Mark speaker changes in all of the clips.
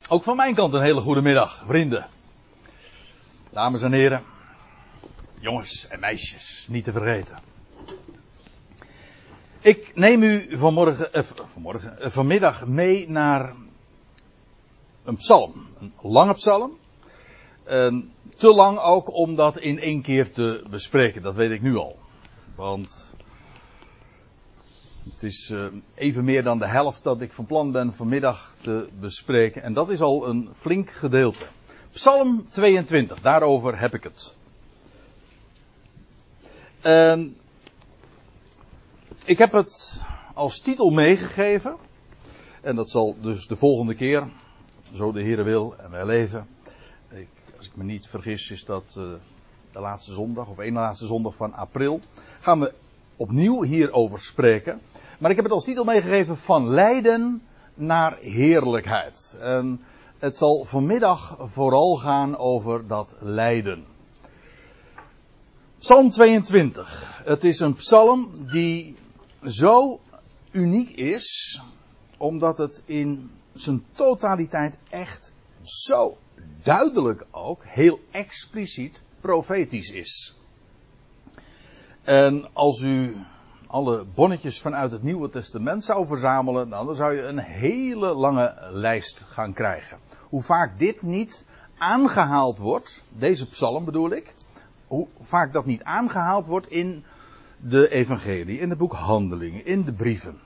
Speaker 1: Ook van mijn kant een hele goede middag, vrienden. Dames en heren. Jongens en meisjes, niet te vergeten. Ik neem u vanmiddag mee naar een psalm. Een lange psalm. Te lang ook om dat in één keer te bespreken, dat weet ik nu al. Want het is even meer dan de helft dat ik van plan ben vanmiddag te bespreken. En dat is al een flink gedeelte. Psalm 22, daarover heb ik het. Ik heb het als titel meegegeven. En dat zal dus de volgende keer, zo de Heere wil en wij leven. Als ik me niet vergis is dat de laatste zondag of één laatste zondag van april. Gaan we opnieuw hierover spreken. Maar ik heb het als titel meegegeven: van lijden naar heerlijkheid. En het zal vanmiddag vooral gaan over dat lijden. Psalm 22. Het is een psalm die zo uniek is, omdat het in zijn totaliteit echt zo duidelijk ook, heel expliciet profetisch is. En als u alle bonnetjes vanuit het Nieuwe Testament zou verzamelen, dan zou je een hele lange lijst gaan krijgen. Hoe vaak dit niet aangehaald wordt, deze psalm bedoel ik, hoe vaak dat niet aangehaald wordt in de evangelie, in het boek Handelingen, in de brieven.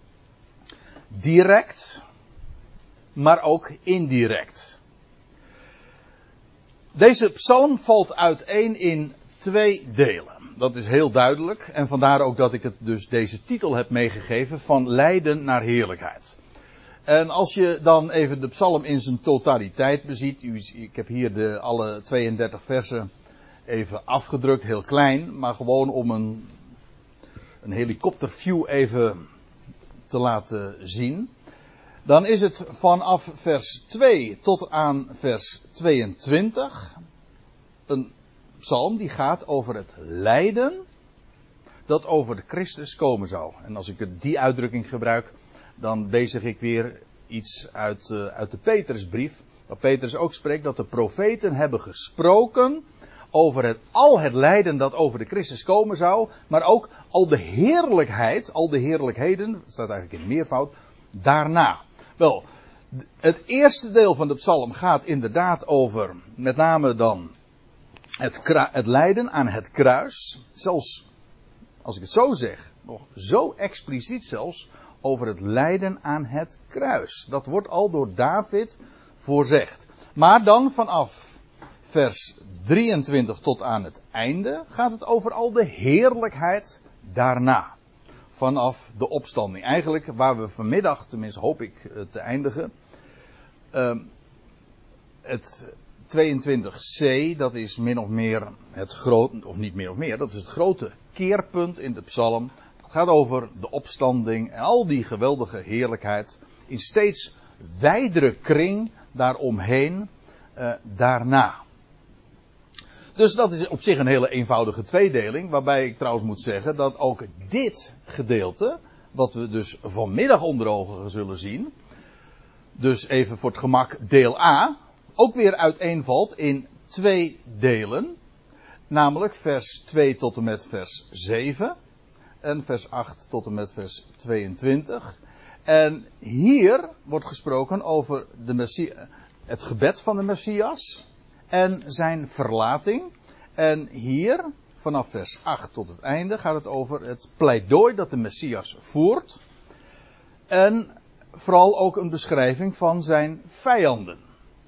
Speaker 1: Direct, maar ook indirect. Deze psalm valt uiteen in 2 delen. Dat is heel duidelijk. En vandaar ook dat ik het dus deze titel heb meegegeven: van lijden naar heerlijkheid. En als je dan even de psalm in zijn totaliteit beziet. Ik heb hier alle 32 versen even afgedrukt, heel klein. Maar gewoon om een helikopterview even te laten zien. Dan is het vanaf vers 2 tot aan vers 22 een psalm die gaat over het lijden dat over de Christus komen zou. En als ik die uitdrukking gebruik, dan bezig ik weer iets uit de Petrusbrief. Waar Petrus ook spreekt dat de profeten hebben gesproken over al het lijden dat over de Christus komen zou. Maar ook al de heerlijkheid, al de heerlijkheden, het staat eigenlijk in meervoud, daarna. Wel, het eerste deel van de psalm gaat inderdaad over met name dan het lijden aan het kruis. Zelfs, als ik het zo zeg, nog zo expliciet zelfs, over het lijden aan het kruis. Dat wordt al door David voorzegd. Maar dan vanaf vers 23 tot aan het einde gaat het over al de heerlijkheid daarna. Vanaf de opstanding. Eigenlijk waar we vanmiddag, tenminste hoop ik te eindigen. Het 22c, dat is min of meer het grote, of niet meer of meer, dat is het grote keerpunt in de psalm. Het gaat over de opstanding en al die geweldige heerlijkheid in steeds wijdere kring daaromheen daarna. Dus dat is op zich een hele eenvoudige tweedeling, waarbij ik trouwens moet zeggen dat ook dit gedeelte, wat we dus vanmiddag onder ogen zullen zien, dus even voor het gemak deel A, ook weer uiteenvalt in 2 delen, namelijk vers 2 tot en met vers 7 en vers 8 tot en met vers 22. En hier wordt gesproken over het gebed van de Messias en zijn verlating. En hier, vanaf vers 8 tot het einde, gaat het over het pleidooi dat de Messias voert. En vooral ook een beschrijving van zijn vijanden.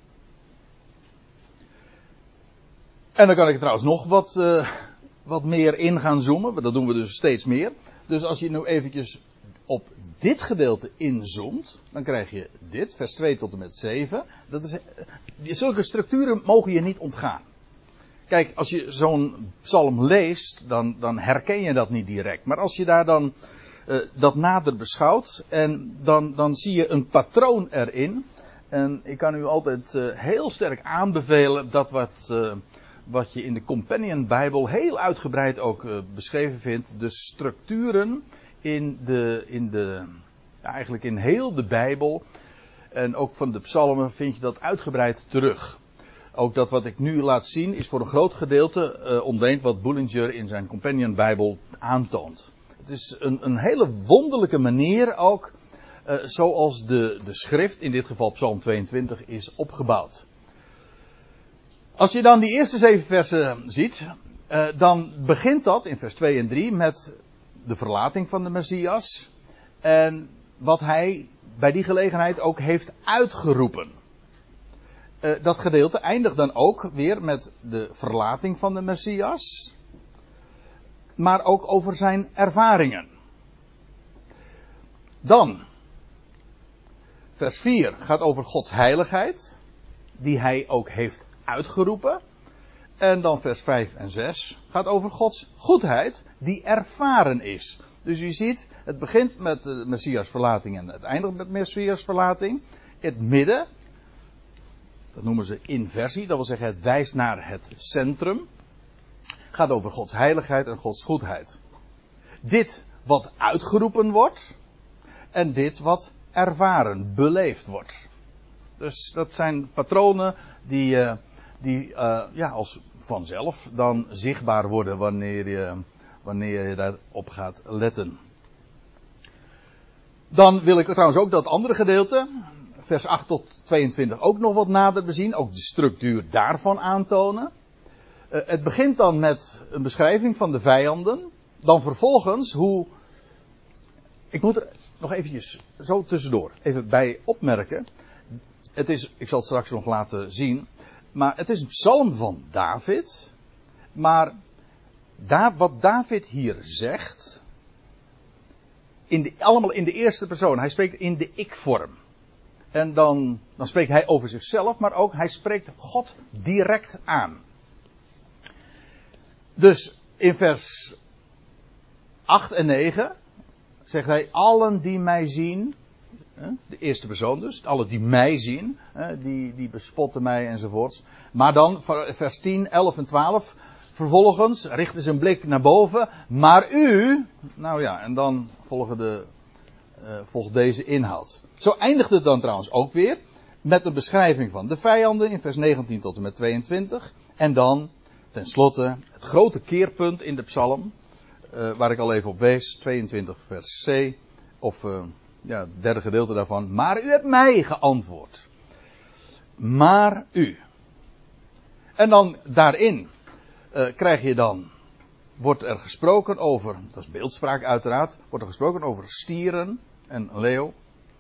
Speaker 1: En dan kan ik trouwens nog wat meer in gaan zoomen. Dat doen we dus steeds meer. Dus als je nu eventjes op dit gedeelte inzoomt, dan krijg je dit, vers 2 tot en met 7. Zulke structuren mogen je niet ontgaan. Kijk, als je zo'n psalm leest, dan herken je dat niet direct. Maar als je daar dan dat nader beschouwt, en dan zie je een patroon erin. En ik kan u altijd heel sterk aanbevelen dat wat je in de Companion Bijbel heel uitgebreid ook beschreven vindt. De structuren eigenlijk in heel de Bijbel. En ook van de psalmen vind je dat uitgebreid terug. Ook dat wat ik nu laat zien is voor een groot gedeelte ontleend wat Bullinger in zijn Companion Bijbel aantoont. Het is een hele wonderlijke manier ook zoals de schrift, in dit geval Psalm 22, is opgebouwd. Als je dan die eerste 7 versen ziet, dan begint dat in vers 2 en 3 met de verlating van de Messias. En wat hij bij die gelegenheid ook heeft uitgeroepen. Dat gedeelte eindigt dan ook weer met de verlating van de Messias. Maar ook over zijn ervaringen. Dan, vers 4 gaat over Gods heiligheid. Die hij ook heeft uitgeroepen. En dan vers 5 en 6 gaat over Gods goedheid die ervaren is. Dus u ziet, het begint met de Messias verlating en het eindigt met Messias verlating. Het midden, dat noemen ze inversie, dat wil zeggen het wijst naar het centrum. Gaat over Gods heiligheid en Gods goedheid. Dit wat uitgeroepen wordt en dit wat ervaren, beleefd wordt. Dus dat zijn patronen die als vanzelf dan zichtbaar worden wanneer je daarop gaat letten. Dan wil ik trouwens ook dat andere gedeelte, vers 8 tot 22, ook nog wat nader bezien. Ook de structuur daarvan aantonen. Het begint dan met een beschrijving van de vijanden. Dan vervolgens hoe... Ik moet er nog eventjes zo tussendoor even bij opmerken. Ik zal het straks nog laten zien. Maar het is een psalm van David. Maar wat David hier zegt. Allemaal in de eerste persoon. Hij spreekt in de ik-vorm. En dan spreekt hij over zichzelf. Maar ook hij spreekt God direct aan. Dus in vers 8 en 9 zegt hij, allen die mij zien, de eerste persoon dus, allen die mij zien, die bespotten mij enzovoorts. Maar dan vers 10, 11 en 12, vervolgens richten ze een blik naar boven, maar u, nou ja, en dan volgt deze inhoud. Zo eindigt het dan trouwens ook weer met een beschrijving van de vijanden in vers 19 tot en met 22. En dan ten slotte het grote keerpunt in de psalm, waar ik al even op wees, 22 vers C, of het derde gedeelte daarvan. Maar u hebt mij geantwoord. Maar u. En dan daarin wordt er gesproken over, dat is beeldspraak uiteraard, wordt er gesproken over stieren en een leeuw,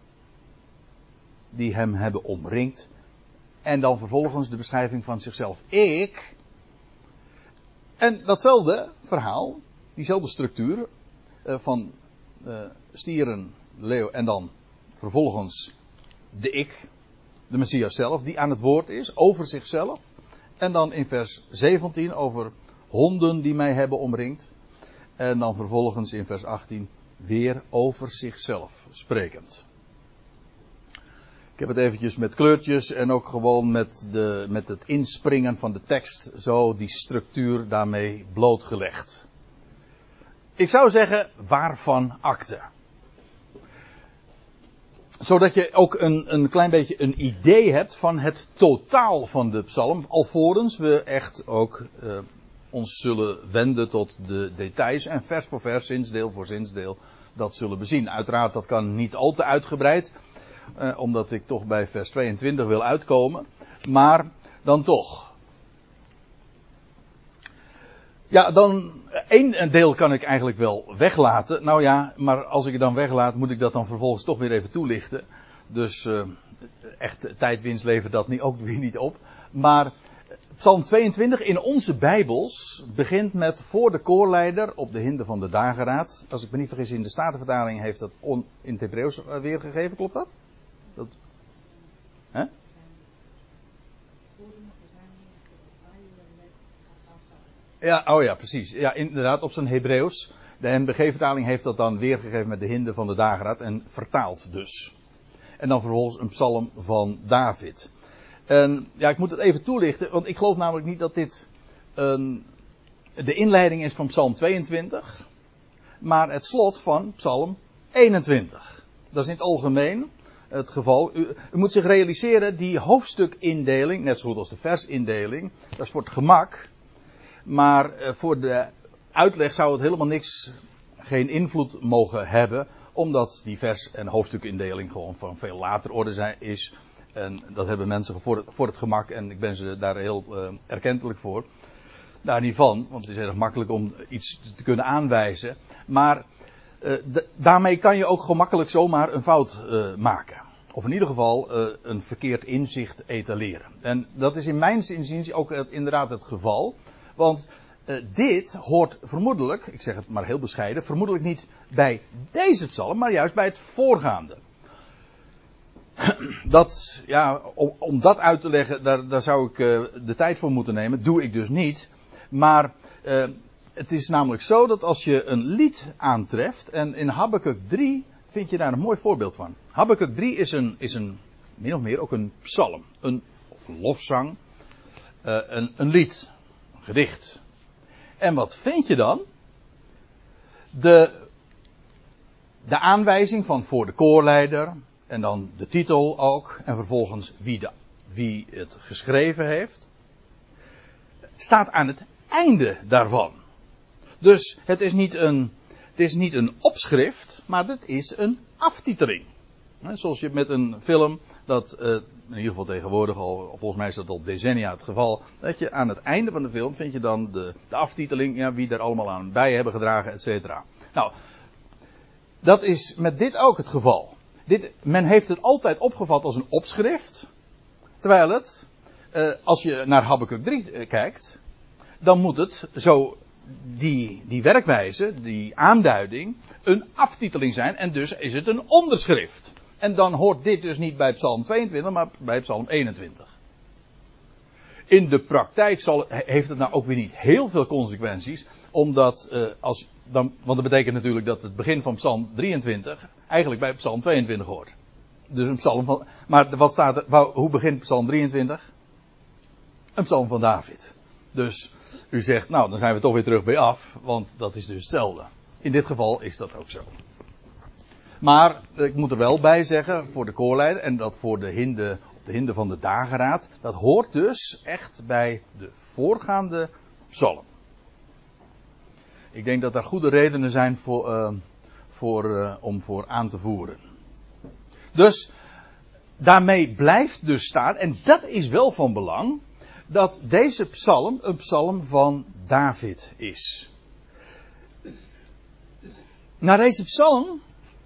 Speaker 1: die hem hebben omringd. En dan vervolgens de beschrijving van zichzelf. Ik. En datzelfde verhaal, diezelfde structuur van stieren, leeuw en dan vervolgens de ik, de Messias zelf, die aan het woord is, over zichzelf. En dan in vers 17 over honden die mij hebben omringd. En dan vervolgens in vers 18 weer over zichzelf sprekend. Ik heb het eventjes met kleurtjes en ook gewoon met het inspringen van de tekst zo die structuur daarmee blootgelegd. Ik zou zeggen, waarvan akte. Zodat je ook een klein beetje een idee hebt van het totaal van de psalm. Alvorens we echt ook ons zullen wenden tot de details. En vers voor vers, zinsdeel voor zinsdeel, dat zullen bezien. Uiteraard, dat kan niet al te uitgebreid. Omdat ik toch bij vers 22 wil uitkomen. Maar dan toch. Ja, dan één deel kan ik eigenlijk wel weglaten. Nou ja, maar als ik het dan weglaat, moet ik dat dan vervolgens toch weer even toelichten. Dus echt tijdwinst levert dat ook weer niet op. Maar Psalm 22 in onze Bijbels begint met voor de koorleider op de hinde van de dageraad. Als ik me niet vergis, in de Statenvertaling heeft dat in het Hebreeuws weergegeven, klopt dat? Hè? Ja, oh ja, precies. Ja, inderdaad, op zijn Hebreeuws. De NBG-vertaling heeft dat dan weergegeven met de hinde van de dageraad en vertaald dus. En dan vervolgens een psalm van David. En ja, ik moet het even toelichten, want ik geloof namelijk niet dat dit de inleiding is van psalm 22, maar het slot van psalm 21. Dat is in het algemeen het geval. U moet zich realiseren, die hoofdstukindeling, net zo goed als de versindeling, dat is voor het gemak. Maar voor de uitleg zou het helemaal geen invloed mogen hebben, omdat die vers- en hoofdstukindeling gewoon van veel later orde is. En dat hebben mensen voor het gemak, en ik ben ze daar heel erkentelijk voor. Daar niet van, want het is erg makkelijk om iets te kunnen aanwijzen. Maar daarmee kan je ook gemakkelijk zomaar een fout maken. Of in ieder geval een verkeerd inzicht etaleren. En dat is in mijn inziens ook inderdaad het geval. Want dit hoort vermoedelijk, ik zeg het maar heel bescheiden, vermoedelijk niet bij deze psalm, maar juist bij het voorgaande. Dat, ja, om dat uit te leggen, daar zou ik de tijd voor moeten nemen. Doe ik dus niet. Maar het is namelijk zo dat als je een lied aantreft, en in Habakuk 3 vind je daar een mooi voorbeeld van. Habakuk 3 is een min of meer ook een psalm, of lofzang, een lied, een gedicht. En wat vind je dan? De aanwijzing van voor de koorleider, en dan de titel ook, en vervolgens wie het geschreven heeft, staat aan het einde daarvan. Dus het is niet een opschrift, maar het is een aftiteling. Zoals je met een film, dat in ieder geval tegenwoordig al, volgens mij is dat al decennia het geval, dat je aan het einde van de film vind je dan de aftiteling, ja, wie er allemaal aan bij hebben gedragen, et cetera. Nou, dat is met dit ook het geval. Men heeft het altijd opgevat als een opschrift, terwijl het, als je naar Habakuk 3 kijkt, dan moet het zo, die werkwijze, die aanduiding, een aftiteling zijn en dus is het een onderschrift. En dan hoort dit dus niet bij Psalm 22, maar bij Psalm 21. In de praktijk heeft het nou ook weer niet heel veel consequenties, omdat want dat betekent natuurlijk dat het begin van Psalm 23 eigenlijk bij Psalm 22 hoort. Dus een psalm van, maar wat staat er, hoe begint Psalm 23? Een psalm van David. Dus u zegt, nou dan zijn we toch weer terug bij af, want dat is dus hetzelfde. In dit geval is dat ook zo. Maar ik moet er wel bij zeggen, voor de koorleider en dat voor de hinde van de dageraad, dat hoort dus echt bij de voorgaande psalm. Ik denk dat daar goede redenen zijn om voor aan te voeren. Dus daarmee blijft dus staan, en dat is wel van belang, dat deze psalm een psalm van David is. Naar deze psalm,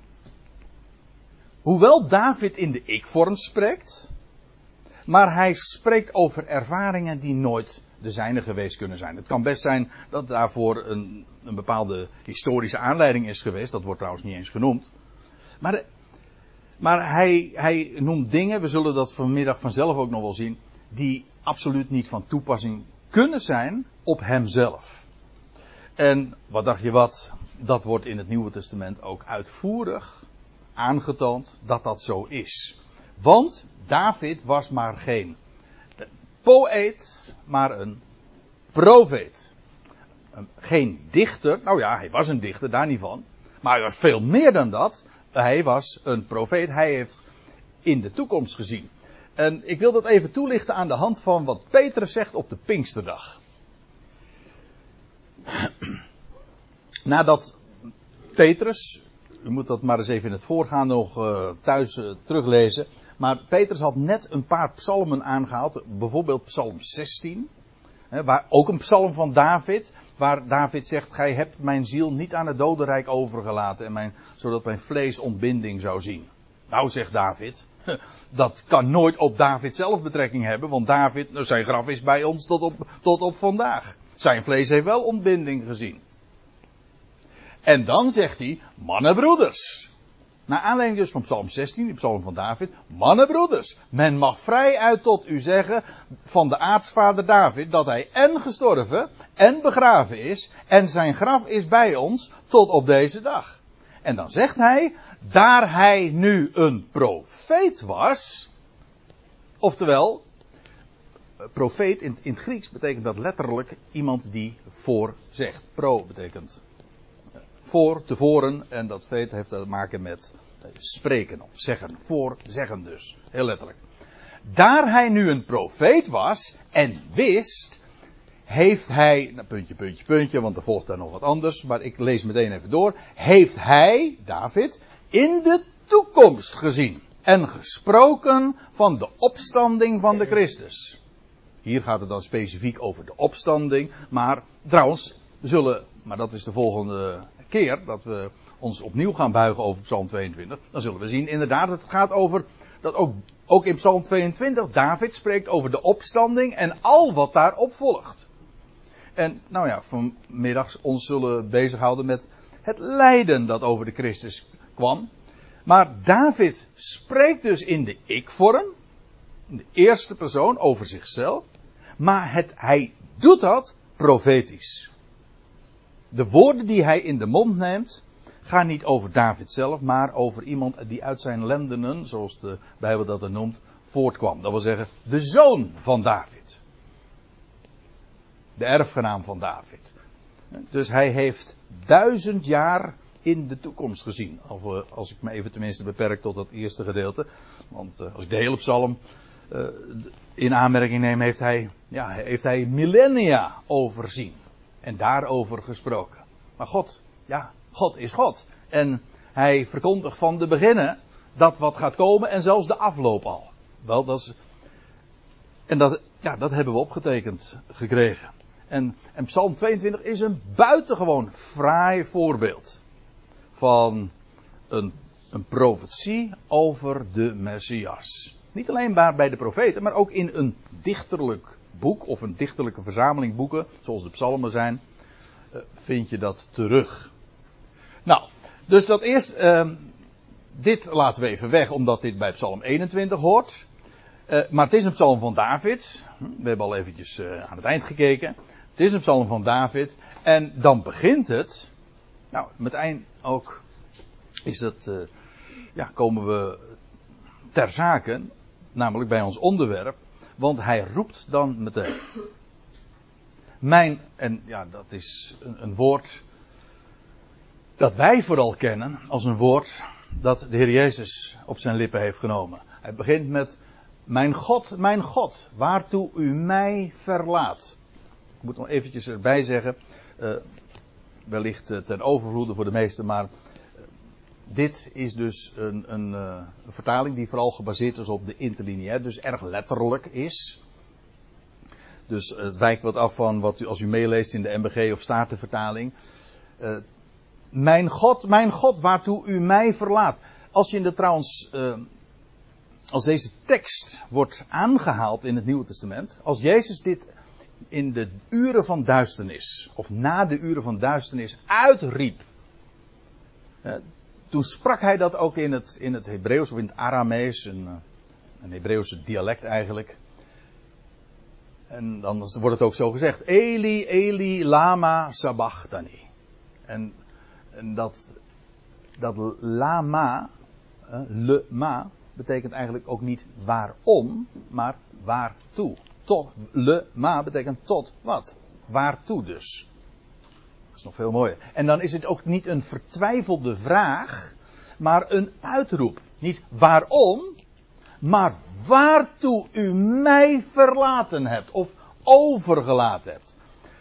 Speaker 1: hoewel David in de ik-vorm spreekt, maar hij spreekt over ervaringen die nooit de zijne geweest kunnen zijn. Het kan best zijn dat daarvoor een bepaalde historische aanleiding is geweest. Dat wordt trouwens niet eens genoemd. Maar hij noemt dingen, we zullen dat vanmiddag vanzelf ook nog wel zien, die absoluut niet van toepassing kunnen zijn op hemzelf. En wat dacht je wat? Dat wordt in het Nieuwe Testament ook uitvoerig aangetoond dat dat zo is. Want David was maar geen poëet, maar een profeet. Geen dichter, nou ja, hij was een dichter, daar niet van. Maar hij was veel meer dan dat. Hij was een profeet, hij heeft in de toekomst gezien. En ik wil dat even toelichten aan de hand van wat Petrus zegt op de Pinksterdag. Nadat Petrus, u moet dat maar eens even in het voorgaande nog thuis teruglezen. Maar Petrus had net een paar psalmen aangehaald. Bijvoorbeeld psalm 16. Waar ook een psalm van David. Waar David zegt, gij hebt mijn ziel niet aan het dodenrijk overgelaten. Zodat mijn vlees ontbinding zou zien. Nou, zegt David. Dat kan nooit op David zelf betrekking hebben. Want David, zijn graf is bij ons tot op vandaag. Zijn vlees heeft wel ontbinding gezien. En dan zegt hij, mannenbroeders. Naar aanleiding dus van psalm 16, die psalm van David. Mannenbroeders, men mag vrij uit tot u zeggen van de aartsvader David dat hij en gestorven en begraven is en zijn graf is bij ons tot op deze dag. En dan zegt hij, daar hij nu een profeet was, oftewel, profeet in het Grieks betekent dat letterlijk iemand die voorzegt. Pro betekent tevoren, en dat feit heeft te maken met spreken of zeggen, voorzeggen dus, heel letterlijk. Daar hij nu een profeet was en wist, heeft hij, puntje, want er volgt daar nog wat anders, maar ik lees meteen even door. Heeft hij, David, in de toekomst gezien en gesproken van de opstanding van de Christus. Hier gaat het dan specifiek over de opstanding, maar trouwens, maar dat is de volgende keer dat we ons opnieuw gaan buigen over Psalm 22, dan zullen we zien inderdaad, het gaat over, dat ook in Psalm 22, David spreekt over de opstanding en al wat daarop volgt. En nou ja, vanmiddag ons zullen bezighouden met het lijden dat over de Christus kwam. Maar David spreekt dus in de ik-vorm, in de eerste persoon over zichzelf, maar hij doet dat profetisch. De woorden die hij in de mond neemt, gaan niet over David zelf, maar over iemand die uit zijn lendenen, zoals de Bijbel dat er noemt, voortkwam. Dat wil zeggen, de zoon van David. De erfgenaam van David. Dus hij heeft 1000 jaar in de toekomst gezien. Als ik me even tenminste beperk tot dat eerste gedeelte. Want als ik de hele psalm in aanmerking neem, heeft hij millennia overzien. En daarover gesproken. Maar God is God. En hij verkondigt van de beginnen dat wat gaat komen en zelfs de afloop al. Wel, dat hebben we opgetekend gekregen. En Psalm 22 is een buitengewoon fraai voorbeeld van een profetie over de Messias. Niet alleen maar bij de profeten, maar ook in een dichterlijk boek of een dichterlijke verzameling boeken, zoals de psalmen zijn, vind je dat terug. Nou, dus dat eerst, dit laten we even weg, omdat dit bij Psalm 21 hoort. Maar het is een psalm van David. We hebben al eventjes aan het eind gekeken. Het is een psalm van David. En dan begint het. Nou, met eind ook is dat, komen we ter zake. Namelijk bij ons onderwerp. Want hij roept dan meteen. Dat is een woord dat wij vooral kennen als een woord dat de Heer Jezus op zijn lippen heeft genomen. Hij begint met: mijn God, waartoe u mij verlaat. Ik moet nog eventjes erbij zeggen, wellicht ten overvloede voor de meesten, maar dit is dus een vertaling die vooral gebaseerd is op de interlineair, dus erg letterlijk is. Dus het wijkt wat af van wat u, als u meeleest in de MBG of Statenvertaling. Mijn God, waartoe u mij verlaat. Als je als deze tekst wordt aangehaald in het Nieuwe Testament, als Jezus dit in de uren van duisternis, of na de uren van duisternis uitriep, toen sprak hij dat ook in het Hebreeuws of in het Aramees, een Hebreeuwse dialect eigenlijk. En dan wordt het ook zo gezegd: Eli, Eli, lama sabachthani. En dat lama, lema, betekent eigenlijk ook niet waarom, maar waartoe. Tot, lema betekent tot wat. Waartoe dus. Dat is nog veel mooier. En dan is het ook niet een vertwijfelde vraag, maar een uitroep. Niet waarom, maar waartoe u mij verlaten hebt of overgelaten hebt.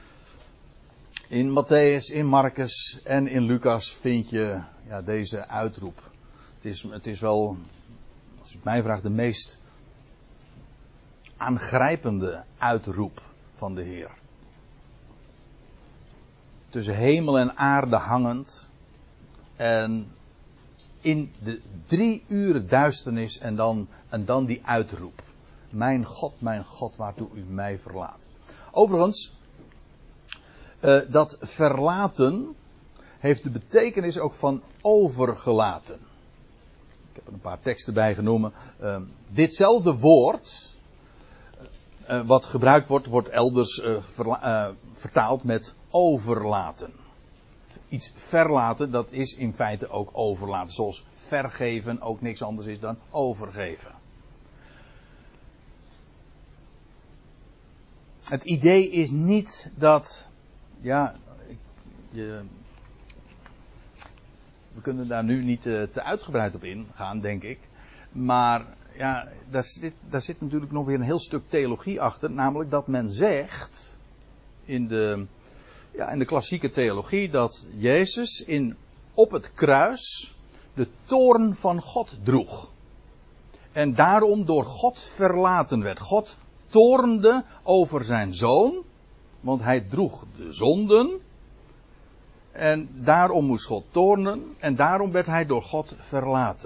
Speaker 1: In Matthäus, in Marcus en in Lucas vind je deze uitroep. Het is wel, als u het mij vraagt, de meest aangrijpende uitroep van de Heer. Tussen hemel en aarde hangend. En in de 3 uren duisternis en dan die uitroep. Mijn God, waartoe u mij verlaat. Overigens, dat verlaten heeft de betekenis ook van overgelaten. Ik heb er een paar teksten bij genomen. Ditzelfde woord, wat gebruikt wordt elders vertaald met overlaten. Iets verlaten, dat is in feite ook overlaten. Zoals vergeven ook niks anders is dan overgeven. Het idee is niet dat, we kunnen daar nu niet te uitgebreid op ingaan, denk ik. Maar ja, daar zit natuurlijk nog weer een heel stuk theologie achter. Namelijk dat men zegt in de klassieke theologie dat Jezus op het kruis de toorn van God droeg. En daarom door God verlaten werd. God toornde over zijn zoon, want hij droeg de zonden. En daarom moest God toornen en daarom werd hij door God verlaten.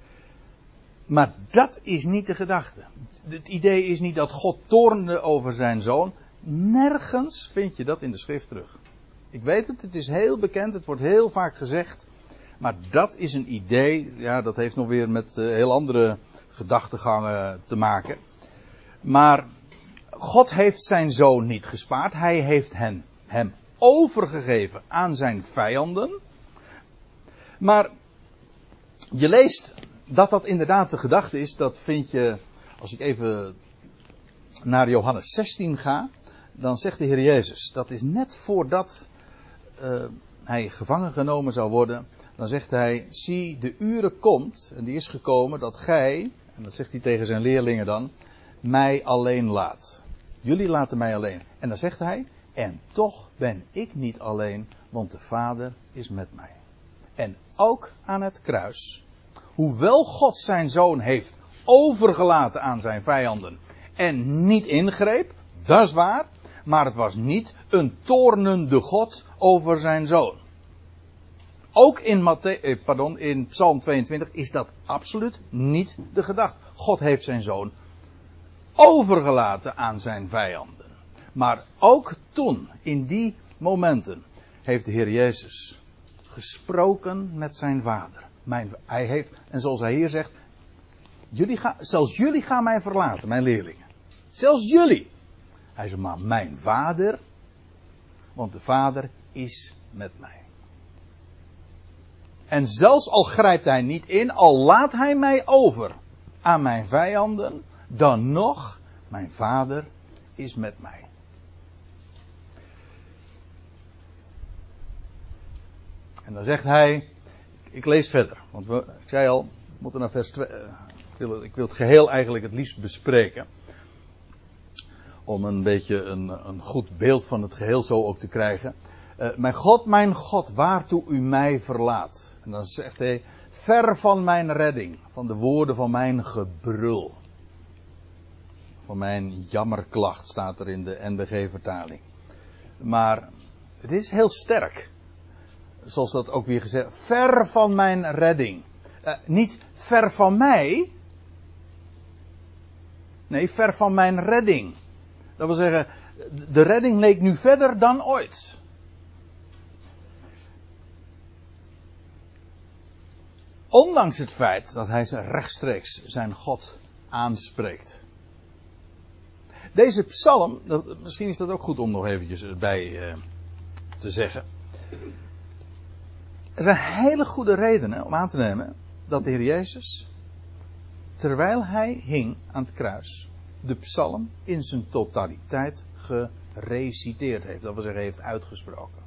Speaker 1: Maar dat is niet de gedachte. Het idee is niet dat God toornde over zijn zoon. Nergens vind je dat in de schrift terug. Ik weet het is heel bekend, het wordt heel vaak gezegd. Maar dat is een idee, ja, dat heeft nog weer met heel andere gedachtegangen te maken. Maar God heeft zijn zoon niet gespaard. Hij heeft hem overgegeven aan zijn vijanden. Maar je leest dat inderdaad de gedachte is. Dat vind je, als ik even naar Johannes 16 ga. Dan zegt de Heer Jezus, dat is net voordat hij gevangen genomen zou worden. Dan zegt hij, zie, de uren komt, en die is gekomen, dat gij, en dat zegt hij tegen zijn leerlingen dan, mij alleen laat. Jullie laten mij alleen. En dan zegt hij, en toch ben ik niet alleen, want de Vader is met mij. En ook aan het kruis, hoewel God zijn zoon heeft overgelaten aan zijn vijanden en niet ingreep, dat is waar, maar het was niet een toornende God over zijn zoon. Ook in Psalm 22 is dat absoluut niet de gedachte. God heeft zijn zoon overgelaten aan zijn vijanden. Maar ook toen, in die momenten, heeft de Heer Jezus gesproken met zijn Vader. Hij heeft, en zoals hij hier zegt, zelfs jullie gaan mij verlaten, mijn leerlingen. Zelfs jullie. Hij zegt, maar mijn Vader, want de Vader is met mij. En zelfs al grijpt hij niet in, al laat hij mij over aan mijn vijanden, dan nog, mijn Vader is met mij. En dan zegt hij, ik lees verder, want ik zei al, we moeten naar vers 2, ik wil het geheel eigenlijk het liefst bespreken. Om een beetje een goed beeld van het geheel zo ook te krijgen. Mijn God, waartoe u mij verlaat. En dan zegt hij, ver van mijn redding, van de woorden van mijn gebrul. Van mijn jammerklacht staat er in de NBG-vertaling. Maar het is heel sterk. Zoals dat ook weer gezegd, ver van mijn redding. Niet ver van mij. Nee, ver van mijn redding. Dat wil zeggen, de redding leek nu verder dan ooit. Ondanks het feit dat hij rechtstreeks zijn God aanspreekt. Deze psalm, misschien is dat ook goed om nog eventjes erbij te zeggen. Er zijn hele goede redenen om aan te nemen dat de Heer Jezus, terwijl hij hing aan het kruis, de psalm in zijn totaliteit gereciteerd heeft. Dat wil zeggen, heeft uitgesproken.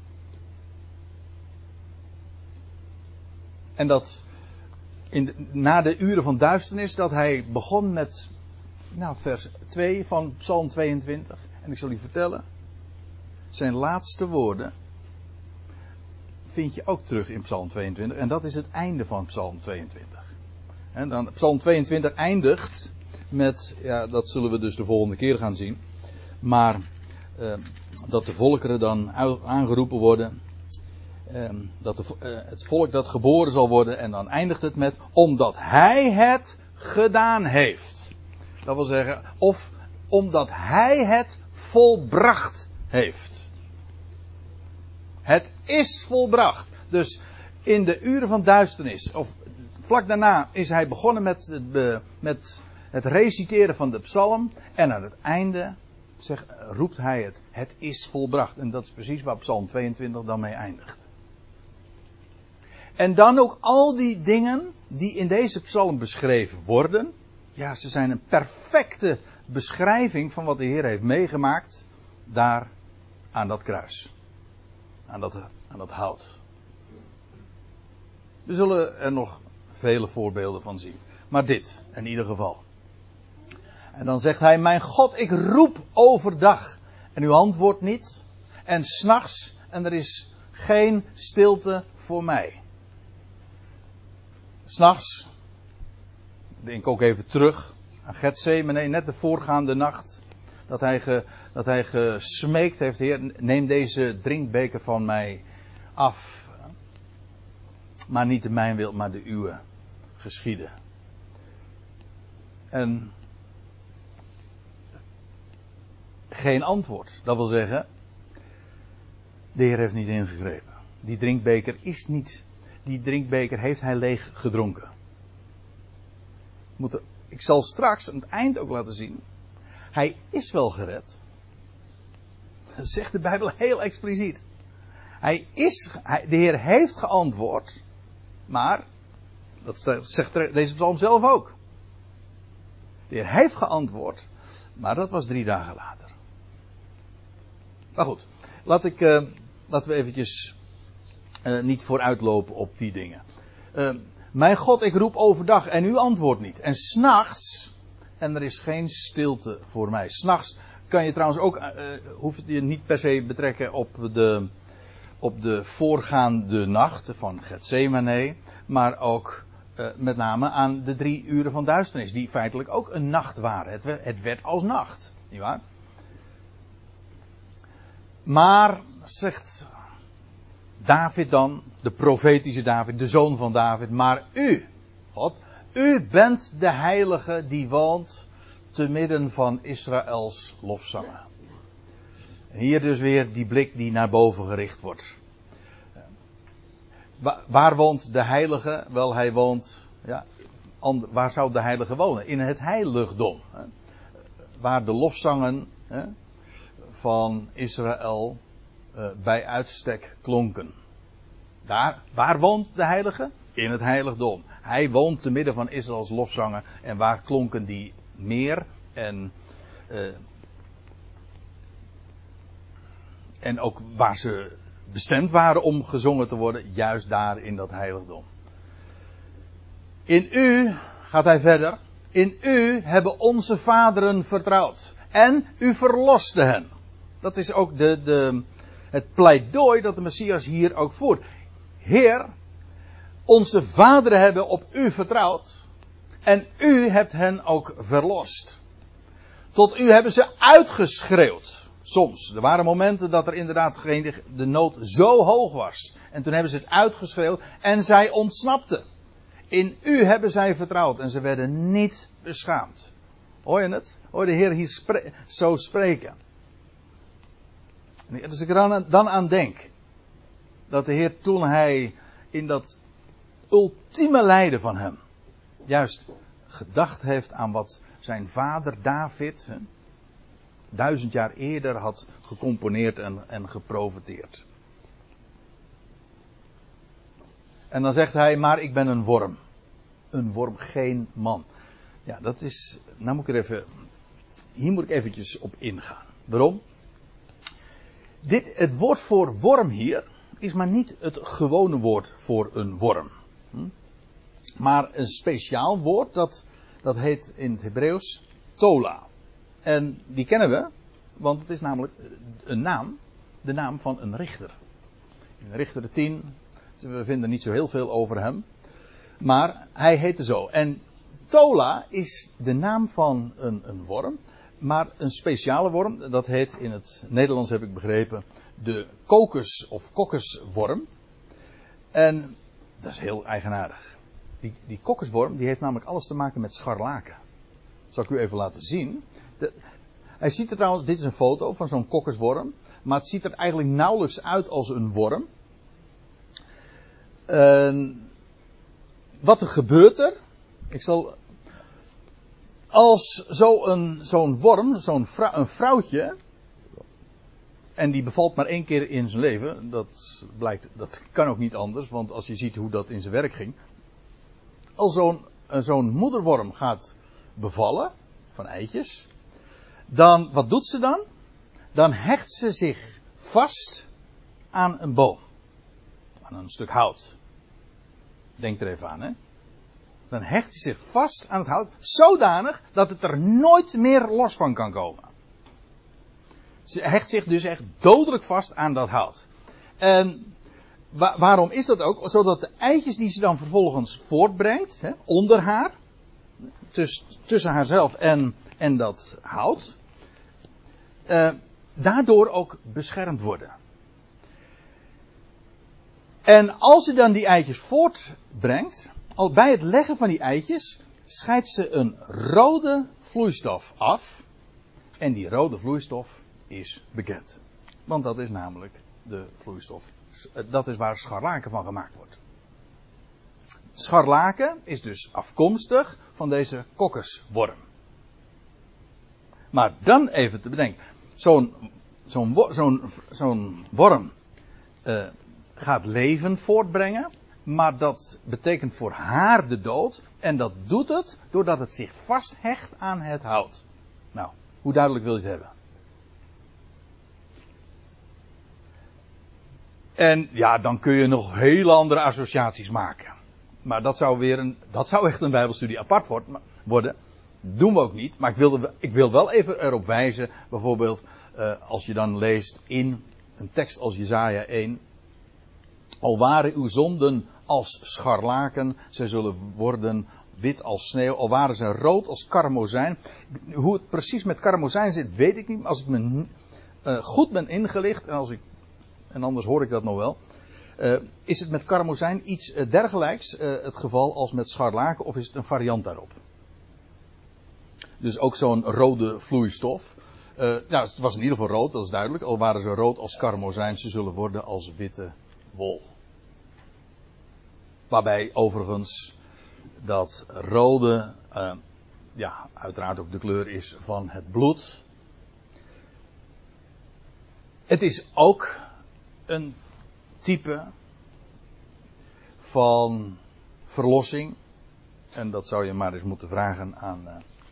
Speaker 1: En dat na de uren van duisternis, dat hij begon met vers 2 van Psalm 22. En ik zal u vertellen, zijn laatste woorden vind je ook terug in Psalm 22. En dat is het einde van Psalm 22. En dan, Psalm 22 eindigt met, ja, dat zullen we dus de volgende keer gaan zien. Maar dat de volkeren dan aangeroepen worden. Dat het volk dat geboren zal worden. En dan eindigt het met, omdat hij het gedaan heeft. Dat wil zeggen, of omdat hij het volbracht heeft. Het is volbracht. Dus in de uren van duisternis, of vlak daarna is hij begonnen met het reciteren van de psalm. En aan het einde roept hij het is volbracht. En dat is precies waar Psalm 22 dan mee eindigt. En dan ook al die dingen die in deze psalm beschreven worden. Ja, ze zijn een perfecte beschrijving van wat de Heer heeft meegemaakt daar aan dat kruis. Aan dat hout. We zullen er nog vele voorbeelden van zien. Maar dit, in ieder geval. En dan zegt hij, mijn God, ik roep overdag. En u antwoordt niet. En 's nachts, en er is geen stilte voor mij. 'S Nachts, denk ook even terug aan Getsemane, net de voorgaande nacht. Dat hij gesmeekt heeft, Heer, neem deze drinkbeker van mij af. Maar niet de mijn wil, maar de uwe geschieden. En geen antwoord. Dat wil zeggen, de Heer heeft niet ingegrepen. Die drinkbeker heeft hij leeg gedronken. Ik zal straks aan het eind ook laten zien. Hij is wel gered. Dat zegt de Bijbel heel expliciet. De Heer heeft geantwoord. Maar, dat zegt deze psalm zelf ook. De Heer heeft geantwoord. Maar dat was 3 dagen later. Maar goed, laten we eventjes niet vooruitlopen op die dingen. Mijn God, ik roep overdag en u antwoordt niet. En 's nachts, en er is geen stilte voor mij. 's Nachts kan je trouwens ook, hoeft je niet per se betrekken op de voorgaande nacht van Getsemane. Maar ook met name aan de 3 uren van duisternis. Die feitelijk ook een nacht waren. Het werd als nacht. Nietwaar? Maar, zegt David dan, de profetische David, de zoon van David. Maar u, God, u bent de heilige die woont te midden van Israëls lofzangen. Hier dus weer die blik die naar boven gericht wordt. Waar woont de heilige? Wel, hij woont, ja, waar zou de heilige wonen? In het heiligdom. Hè? Waar de lofzangen van Israël bij uitstek klonken. Waar woont de heilige? In het heiligdom. Hij woont te midden van Israëls lofzangen. En waar klonken die meer en ook waar ze bestemd waren om gezongen te worden, juist daar in dat heiligdom. In u, gaat hij verder, in u hebben onze vaderen vertrouwd. En u verloste hen. Dat is ook het pleidooi dat de Messias hier ook voert. Heer, onze vaderen hebben op u vertrouwd. En u hebt hen ook verlost. Tot u hebben ze uitgeschreeuwd. Soms. Er waren momenten dat er inderdaad de nood zo hoog was. En toen hebben ze het uitgeschreeuwd. En zij ontsnapten. In u hebben zij vertrouwd. En ze werden niet beschaamd. Hoor je het? Hoor de Heer hier zo spreken. En als ik er dan aan denk. Dat de Heer toen hij in dat ultieme lijden van hem. Juist gedacht heeft aan wat zijn vader David 1000 jaar eerder had gecomponeerd en geprofeteerd. En dan zegt hij, maar ik ben een worm. Een worm, geen man. Ja, dat is, nou moet ik hier moet ik eventjes op ingaan. Waarom? Het woord voor worm hier is maar niet het gewone woord voor een worm. Maar een speciaal woord, dat heet in het Hebreeuws tola. En die kennen we, want het is namelijk een naam, de naam van een richter. In Richter 10, we vinden niet zo heel veel over hem, maar hij heette zo. En tola is de naam van een worm, maar een speciale worm, dat heet in het Nederlands, heb ik begrepen, de kokos- of kokosworm. En dat is heel eigenaardig. Die kokosworm, die heeft namelijk alles te maken met scharlaken. Dat zal ik u even laten zien. Hij ziet er trouwens, dit is een foto van zo'n kokosworm, maar het ziet er eigenlijk nauwelijks uit als een worm. Wat er gebeurt er? Als zo'n worm, een vrouwtje, en die bevalt maar 1 keer in zijn leven, dat kan ook niet anders, want als je ziet hoe dat in zijn werk ging. Als zo'n moederworm gaat bevallen, van eitjes, dan, wat doet ze dan? Dan hecht ze zich vast aan een boom. Aan een stuk hout. Denk er even aan, hè. Dan hecht hij zich vast aan het hout, zodanig dat het er nooit meer los van kan komen. Ze hecht zich dus echt dodelijk vast aan dat hout. En waarom is dat ook? Zodat de eitjes die ze dan vervolgens voortbrengt, hè, onder haar, tussen haarzelf en dat hout, daardoor ook beschermd worden. En als ze dan die eitjes voortbrengt, al bij het leggen van die eitjes, scheidt ze een rode vloeistof af. En die rode vloeistof is bekend. Want dat is namelijk de vloeistof. Dat is waar scharlaken van gemaakt wordt. Scharlaken is dus afkomstig van deze kokkersworm. Maar dan even te bedenken. Zo'n worm gaat leven voortbrengen. Maar dat betekent voor haar de dood. En dat doet het doordat het zich vasthecht aan het hout. Nou, hoe duidelijk wil je het hebben? En ja, dan kun je nog hele andere associaties maken. Maar dat zou echt een bijbelstudie apart worden. Doen we ook niet. Maar ik wil wel even erop wijzen. Bijvoorbeeld als je dan leest in een tekst als Jesaja 1. Al waren uw zonden als scharlaken, zij zullen worden wit als sneeuw. Al waren ze rood als karmozijn. Hoe het precies met karmozijn zit, weet ik niet. Maar als ik me goed ben ingelicht, en anders hoor ik dat nog wel. Is het met karmozijn iets dergelijks het geval als met scharlaken, of is het een variant daarop? Dus ook zo'n rode vloeistof. Ja, het was in ieder geval rood, dat is duidelijk. Al waren ze rood als karmozijn, ze zullen worden als witte wol. Waarbij overigens dat rode, uiteraard ook de kleur is van het bloed. Het is ook een type van verlossing. En dat zou je maar eens moeten vragen aan,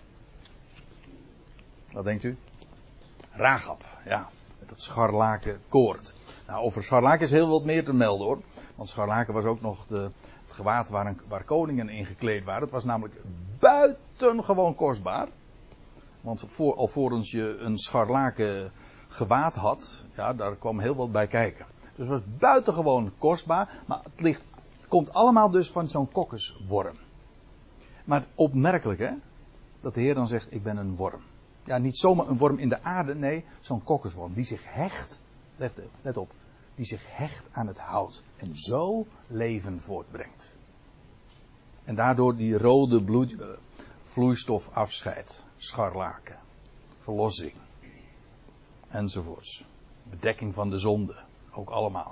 Speaker 1: wat denkt u? Rahab, ja, met dat scharlaken koord. Nou, over scharlaken is heel wat meer te melden hoor. Want scharlaken was ook nog het gewaad waar koningen in gekleed waren. Het was namelijk buitengewoon kostbaar. Want alvorens je een scharlaken gewaad had, ja, daar kwam heel wat bij kijken. Dus het was buitengewoon kostbaar. Maar het komt allemaal dus van zo'n kokkersworm. Maar opmerkelijk hè, dat de Heer dan zegt, ik ben een worm. Ja, niet zomaar een worm in de aarde, nee, zo'n kokkersworm die zich hecht, let op, die zich hecht aan het hout en zo leven voortbrengt. En daardoor die rode vloeistof afscheidt, scharlaken, verlossing, enzovoorts. Bedekking van de zonde, ook allemaal.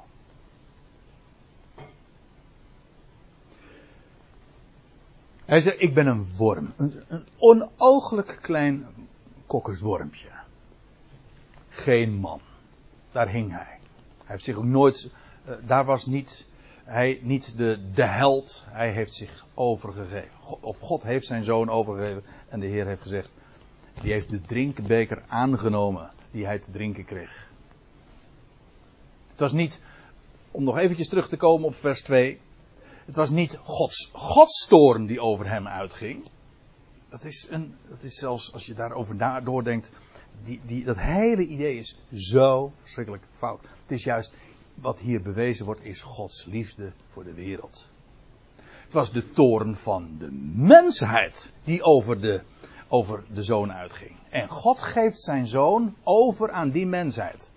Speaker 1: Hij zegt, ik ben een worm, een onooglijk klein kokkerswormpje. Geen man. Daar hing hij. Hij heeft zich ook nooit, daar was niet de held. Hij heeft zich overgegeven. Of God heeft zijn zoon overgegeven. En de Heer heeft gezegd, die heeft de drinkbeker aangenomen die hij te drinken kreeg. Het was niet, om nog eventjes terug te komen op vers 2. Het was niet Gods toorn die over hem uitging. Dat is zelfs, als je daarover doordenkt, dat hele idee is zo verschrikkelijk fout. Het is juist, wat hier bewezen wordt, is Gods liefde voor de wereld. Het was de toorn van de mensheid die over de zoon uitging. En God geeft zijn zoon over aan die mensheid.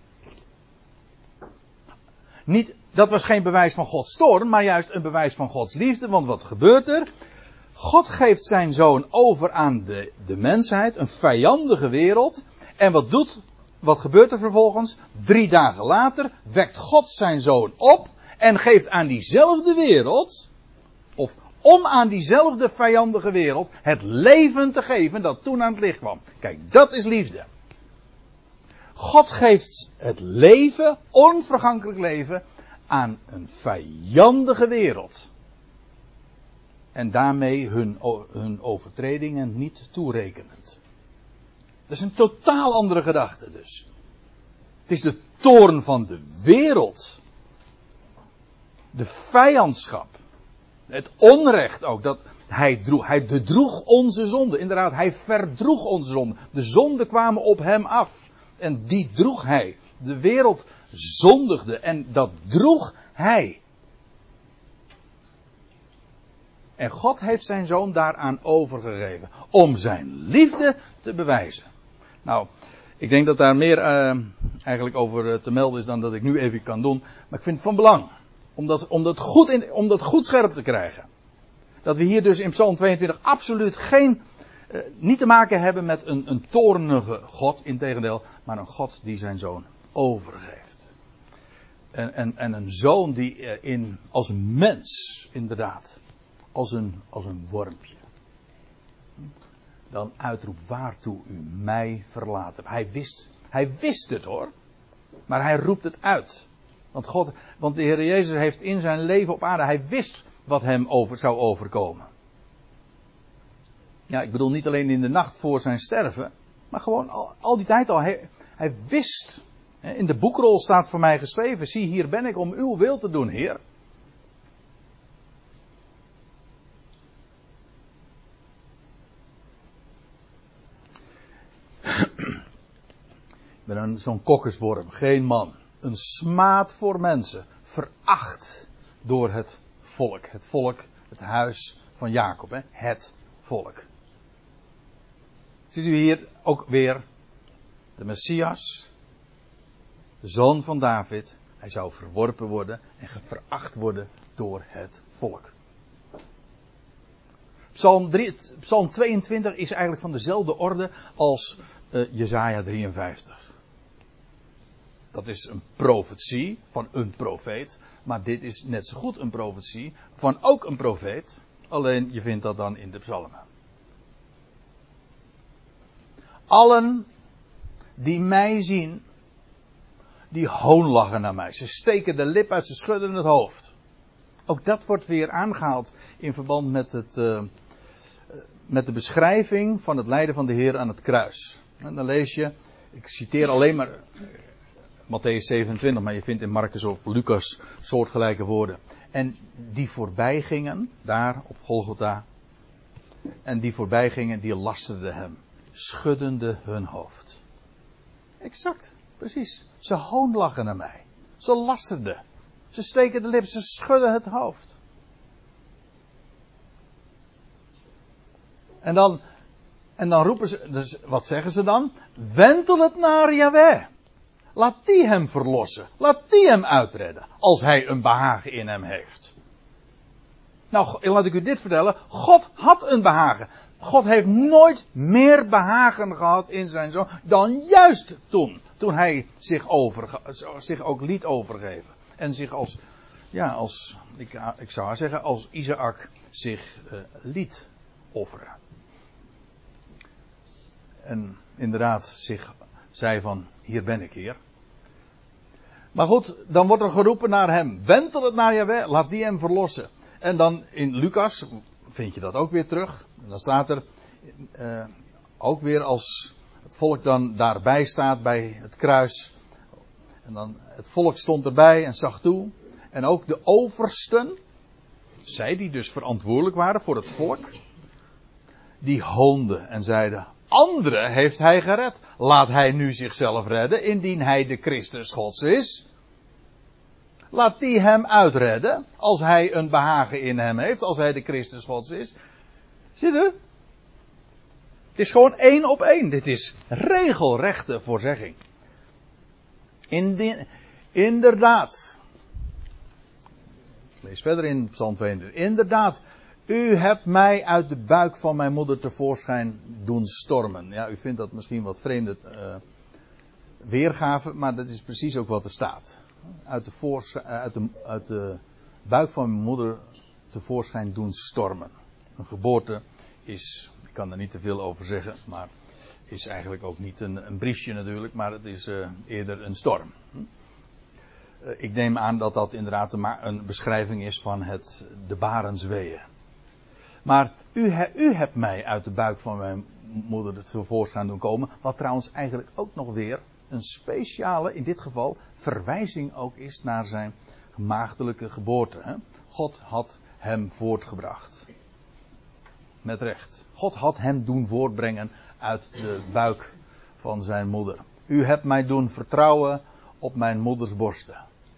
Speaker 1: Dat was geen bewijs van Gods toorn, maar juist een bewijs van Gods liefde. Want wat gebeurt er? God geeft zijn zoon over aan de mensheid, een vijandige wereld. En wat gebeurt er vervolgens? 3 dagen later wekt God zijn zoon op en geeft aan diezelfde wereld, of om aan diezelfde vijandige wereld, het leven te geven dat toen aan het licht kwam. Kijk, dat is liefde. God geeft het leven, onvergankelijk leven, aan een vijandige wereld. En daarmee hun overtredingen niet toerekenend. Dat is een totaal andere gedachte dus. Het is de toorn van de wereld. De vijandschap. Het onrecht ook, dat hij bedroeg onze zonde. Inderdaad, hij verdroeg onze zonde. De zonden kwamen op hem af. En die droeg hij. De wereld zondigde en dat droeg hij. En God heeft zijn zoon daaraan overgegeven. Om zijn liefde te bewijzen. Nou, ik denk dat daar meer eigenlijk over te melden is dan dat ik nu even kan doen. Maar ik vind het van belang. Om dat goed scherp te krijgen. Dat we hier dus in Psalm 22 absoluut niet te maken hebben met een toornige God. Integendeel, maar een God die zijn zoon overgeeft. En een zoon die als een mens, inderdaad. Als een wormpje. Dan uitroept waartoe u mij verlaten. Hij wist het hoor. Maar hij roept het uit. Want de Heer Jezus heeft in zijn leven op aarde, hij wist wat hem zou overkomen. Ja, ik bedoel niet alleen in de nacht voor zijn sterven. Maar gewoon al die tijd al. Hij wist. In de boekrol staat voor mij geschreven. Zie, hier ben ik om uw wil te doen, Heer. Ik ben zo'n kokkersworm, geen man. Een smaad voor mensen. Veracht door het volk. Het volk, het huis van Jacob. Hè? Het volk. Ziet u hier ook weer de Messias. De zoon van David. Hij zou verworpen worden en veracht worden door het volk. Psalm 22 is eigenlijk van dezelfde orde als Jesaja 53. Dat is een profetie van een profeet. Maar dit is net zo goed een profetie van ook een profeet. Alleen je vindt dat dan in de psalmen. Allen die mij zien, die hoonlachen naar mij. Ze steken de lip uit, ze schudden het hoofd. Ook dat wordt weer aangehaald in verband met de beschrijving van het lijden van de Heer aan het kruis. En dan lees je, ik citeer alleen maar Matthäus 27, maar je vindt in Marcus of Lucas soortgelijke woorden. En die voorbij gingen, daar op Golgotha, en die voorbij gingen, die lasterden hem, schuddende hun hoofd. Exact, precies. Ze hoonlachen naar mij. Ze lasterden. Ze steken de lip, ze schudden het hoofd. En dan roepen ze, dus wat zeggen ze dan? Wentel het naar Yahweh. Laat die hem verlossen. Laat die hem uitredden. Als hij een behagen in hem heeft. Nou, laat ik u dit vertellen. God had een behagen. God heeft nooit meer behagen gehad in zijn zoon dan juist toen. Toen hij zich ook liet overgeven. En zich ik zou zeggen, als Isaac zich liet offeren. En inderdaad zich zei van, hier ben ik, Heer. Maar goed, dan wordt er geroepen naar hem. Wentel het naar Yahweh, laat die hem verlossen. En dan in Lucas vind je dat ook weer terug. En dan staat er ook weer als het volk dan daarbij staat bij het kruis. En dan het volk stond erbij en zag toe. En ook de oversten, zij die dus verantwoordelijk waren voor het volk, die hoonden en zeiden, anderen heeft hij gered. Laat hij nu zichzelf redden, indien hij de Christus Gods is. Laat die hem uitredden, als hij een behagen in hem heeft, als hij de Christus Gods is. Ziet u? Het is gewoon 1 op 1. Dit is regelrechte voorzegging. Inderdaad. Ik lees verder in Psalm 22. Inderdaad, u hebt mij uit de buik van mijn moeder tevoorschijn doen stormen. Ja, u vindt dat misschien wat vreemde weergave, maar dat is precies ook wat er staat. Uit de buik van mijn moeder tevoorschijn doen stormen. Een geboorte is, ik kan er niet te veel over zeggen, maar is eigenlijk ook niet een briesje natuurlijk, maar het is eerder een storm. Ik neem aan dat dat inderdaad een beschrijving is van de barensweeën. Maar u hebt mij uit de buik van mijn moeder tevoorschijn doen komen. Wat trouwens eigenlijk ook nog weer een speciale, in dit geval, verwijzing ook is naar zijn maagdelijke geboorte. Hè? God had hem voortgebracht. Met recht. God had hem doen voortbrengen uit de buik van zijn moeder. U hebt mij doen vertrouwen op mijn moeders borsten.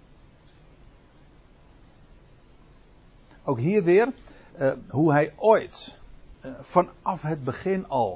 Speaker 1: Ook hier weer hoe hij ooit, vanaf het begin al,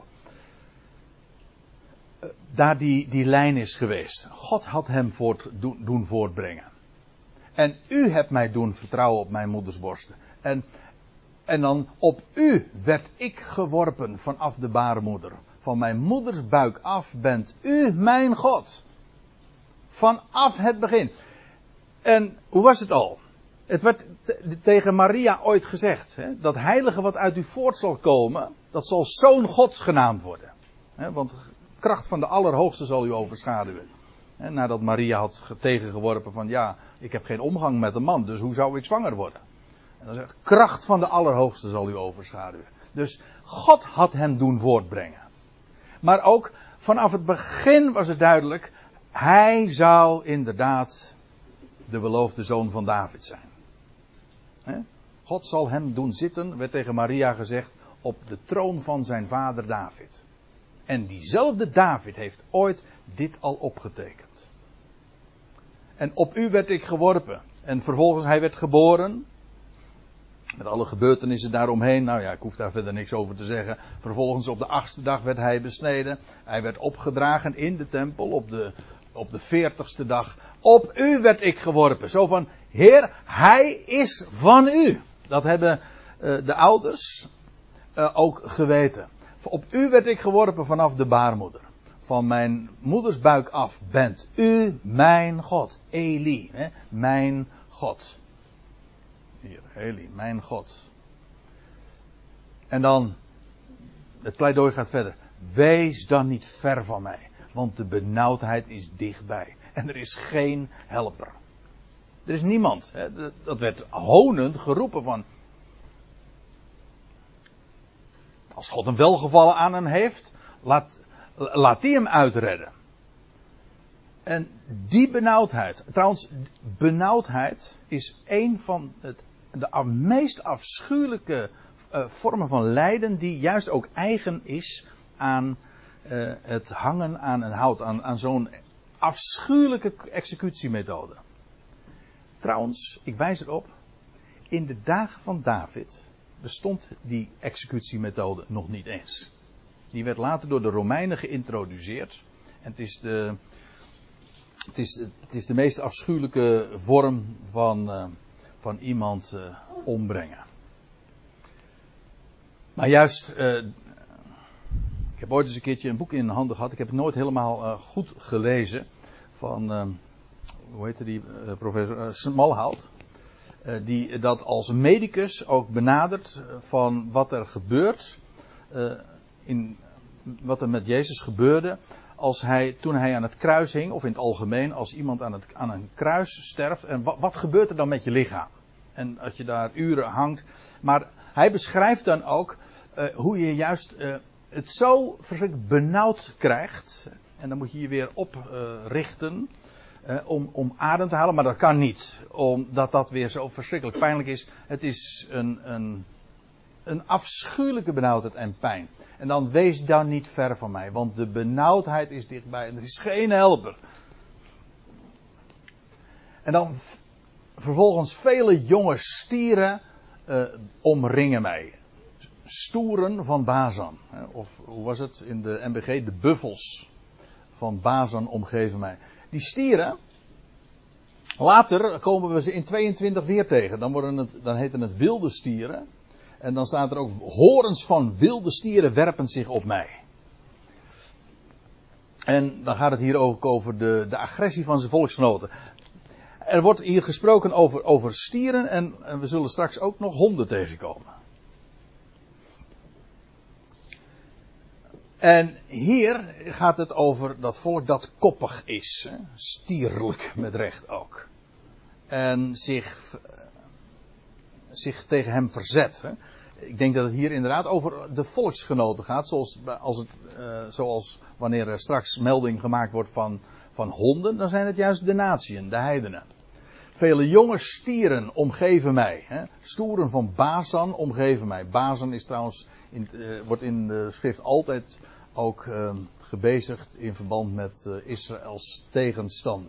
Speaker 1: daar die lijn is geweest. God had hem doen voortbrengen. En u hebt mij doen vertrouwen op mijn moeders borsten. En dan op u werd ik geworpen vanaf de baarmoeder. Van mijn moeders buik af bent u mijn God. Vanaf het begin. En hoe was het al? Het werd tegen Maria ooit gezegd. Hè, dat heilige wat uit u voort zal komen. Dat zal zoon Gods genaamd worden. Hè, want de kracht van de Allerhoogste zal u overschaduwen. Hè, nadat Maria had tegengeworpen van ja, ik heb geen omgang met een man. Dus hoe zou ik zwanger worden? En dan zegt kracht van de Allerhoogste zal u overschaduwen. Dus God had hem doen voortbrengen. Maar ook vanaf het begin was het duidelijk. Hij zou inderdaad de beloofde zoon van David zijn. God zal hem doen zitten, werd tegen Maria gezegd, op de troon van zijn vader David. En diezelfde David heeft ooit dit al opgetekend. En op u werd ik geworpen. En vervolgens hij werd geboren. Met alle gebeurtenissen daaromheen. Nou ja, ik hoef daar verder niks over te zeggen. Vervolgens op de 8e dag werd hij besneden. Hij werd opgedragen in de tempel op de 40ste dag. Op u werd ik geworpen. Zo van, Heer, hij is van u. Dat hebben de ouders ook geweten. Op u werd ik geworpen vanaf de baarmoeder. Van mijn moeders buik af bent u mijn God. Eli, hè? Mijn God. Hier, Eli, mijn God. En dan, het pleidooi gaat verder. Wees dan niet ver van mij. Want de benauwdheid is dichtbij. En er is geen helper. Er is niemand. Hè? Dat werd honend geroepen van. Als God een welgevallen aan hem heeft. Laat die hem uitredden. En die benauwdheid. Trouwens, benauwdheid is een van de meest afschuwelijke vormen van lijden. Die juist ook eigen is aan het hangen aan een hout. Aan zo'n afschuwelijke executiemethode. Trouwens, ik wijs erop. In de dagen van David bestond die executiemethode nog niet eens. Die werd later door de Romeinen geïntroduceerd. En het is de meest afschuwelijke vorm van iemand ombrengen. Maar juist, ik heb ooit eens een keertje een boek in handen gehad. Ik heb het nooit helemaal goed gelezen. Van, hoe heette die professor? Smalhout. Die dat als medicus ook benadert van wat er gebeurt. Wat er met Jezus gebeurde. Toen hij aan het kruis hing, of in het algemeen, als iemand aan een kruis sterft. En wat gebeurt er dan met je lichaam? En als je daar uren hangt. Maar hij beschrijft dan ook hoe je juist het zo verschrikkelijk benauwd krijgt. En dan moet je je weer oprichten om adem te halen. Maar dat kan niet, omdat dat weer zo verschrikkelijk pijnlijk is. Het is een afschuwelijke benauwdheid en pijn. En dan wees dan niet ver van mij, want de benauwdheid is dichtbij en er is geen helper. En dan vervolgens vele jonge stieren omringen mij. Stoeren van Bazan. Of hoe was het in de NBG? De buffels van Bazan omgeven mij. Die stieren, later komen we ze in 22 weer tegen. Dan heten het wilde stieren. En dan staat er ook, horens van wilde stieren werpen zich op mij. En dan gaat het hier ook over de agressie van zijn volksgenoten. Er wordt hier gesproken over stieren en we zullen straks ook nog honden tegenkomen. En hier gaat het over dat volk dat koppig is. Hè? Stierlijk met recht ook. En zich tegen hem verzet. Hè? Ik denk dat het hier inderdaad over de volksgenoten gaat. Zoals wanneer er straks melding gemaakt wordt van honden. Dan zijn het juist de natieën, de heidenen. Vele jonge stieren omgeven mij. Hè. Stoeren van Bazan omgeven mij. Bazan is trouwens, wordt in de schrift altijd ook gebezigd in verband met Israëls tegenstander.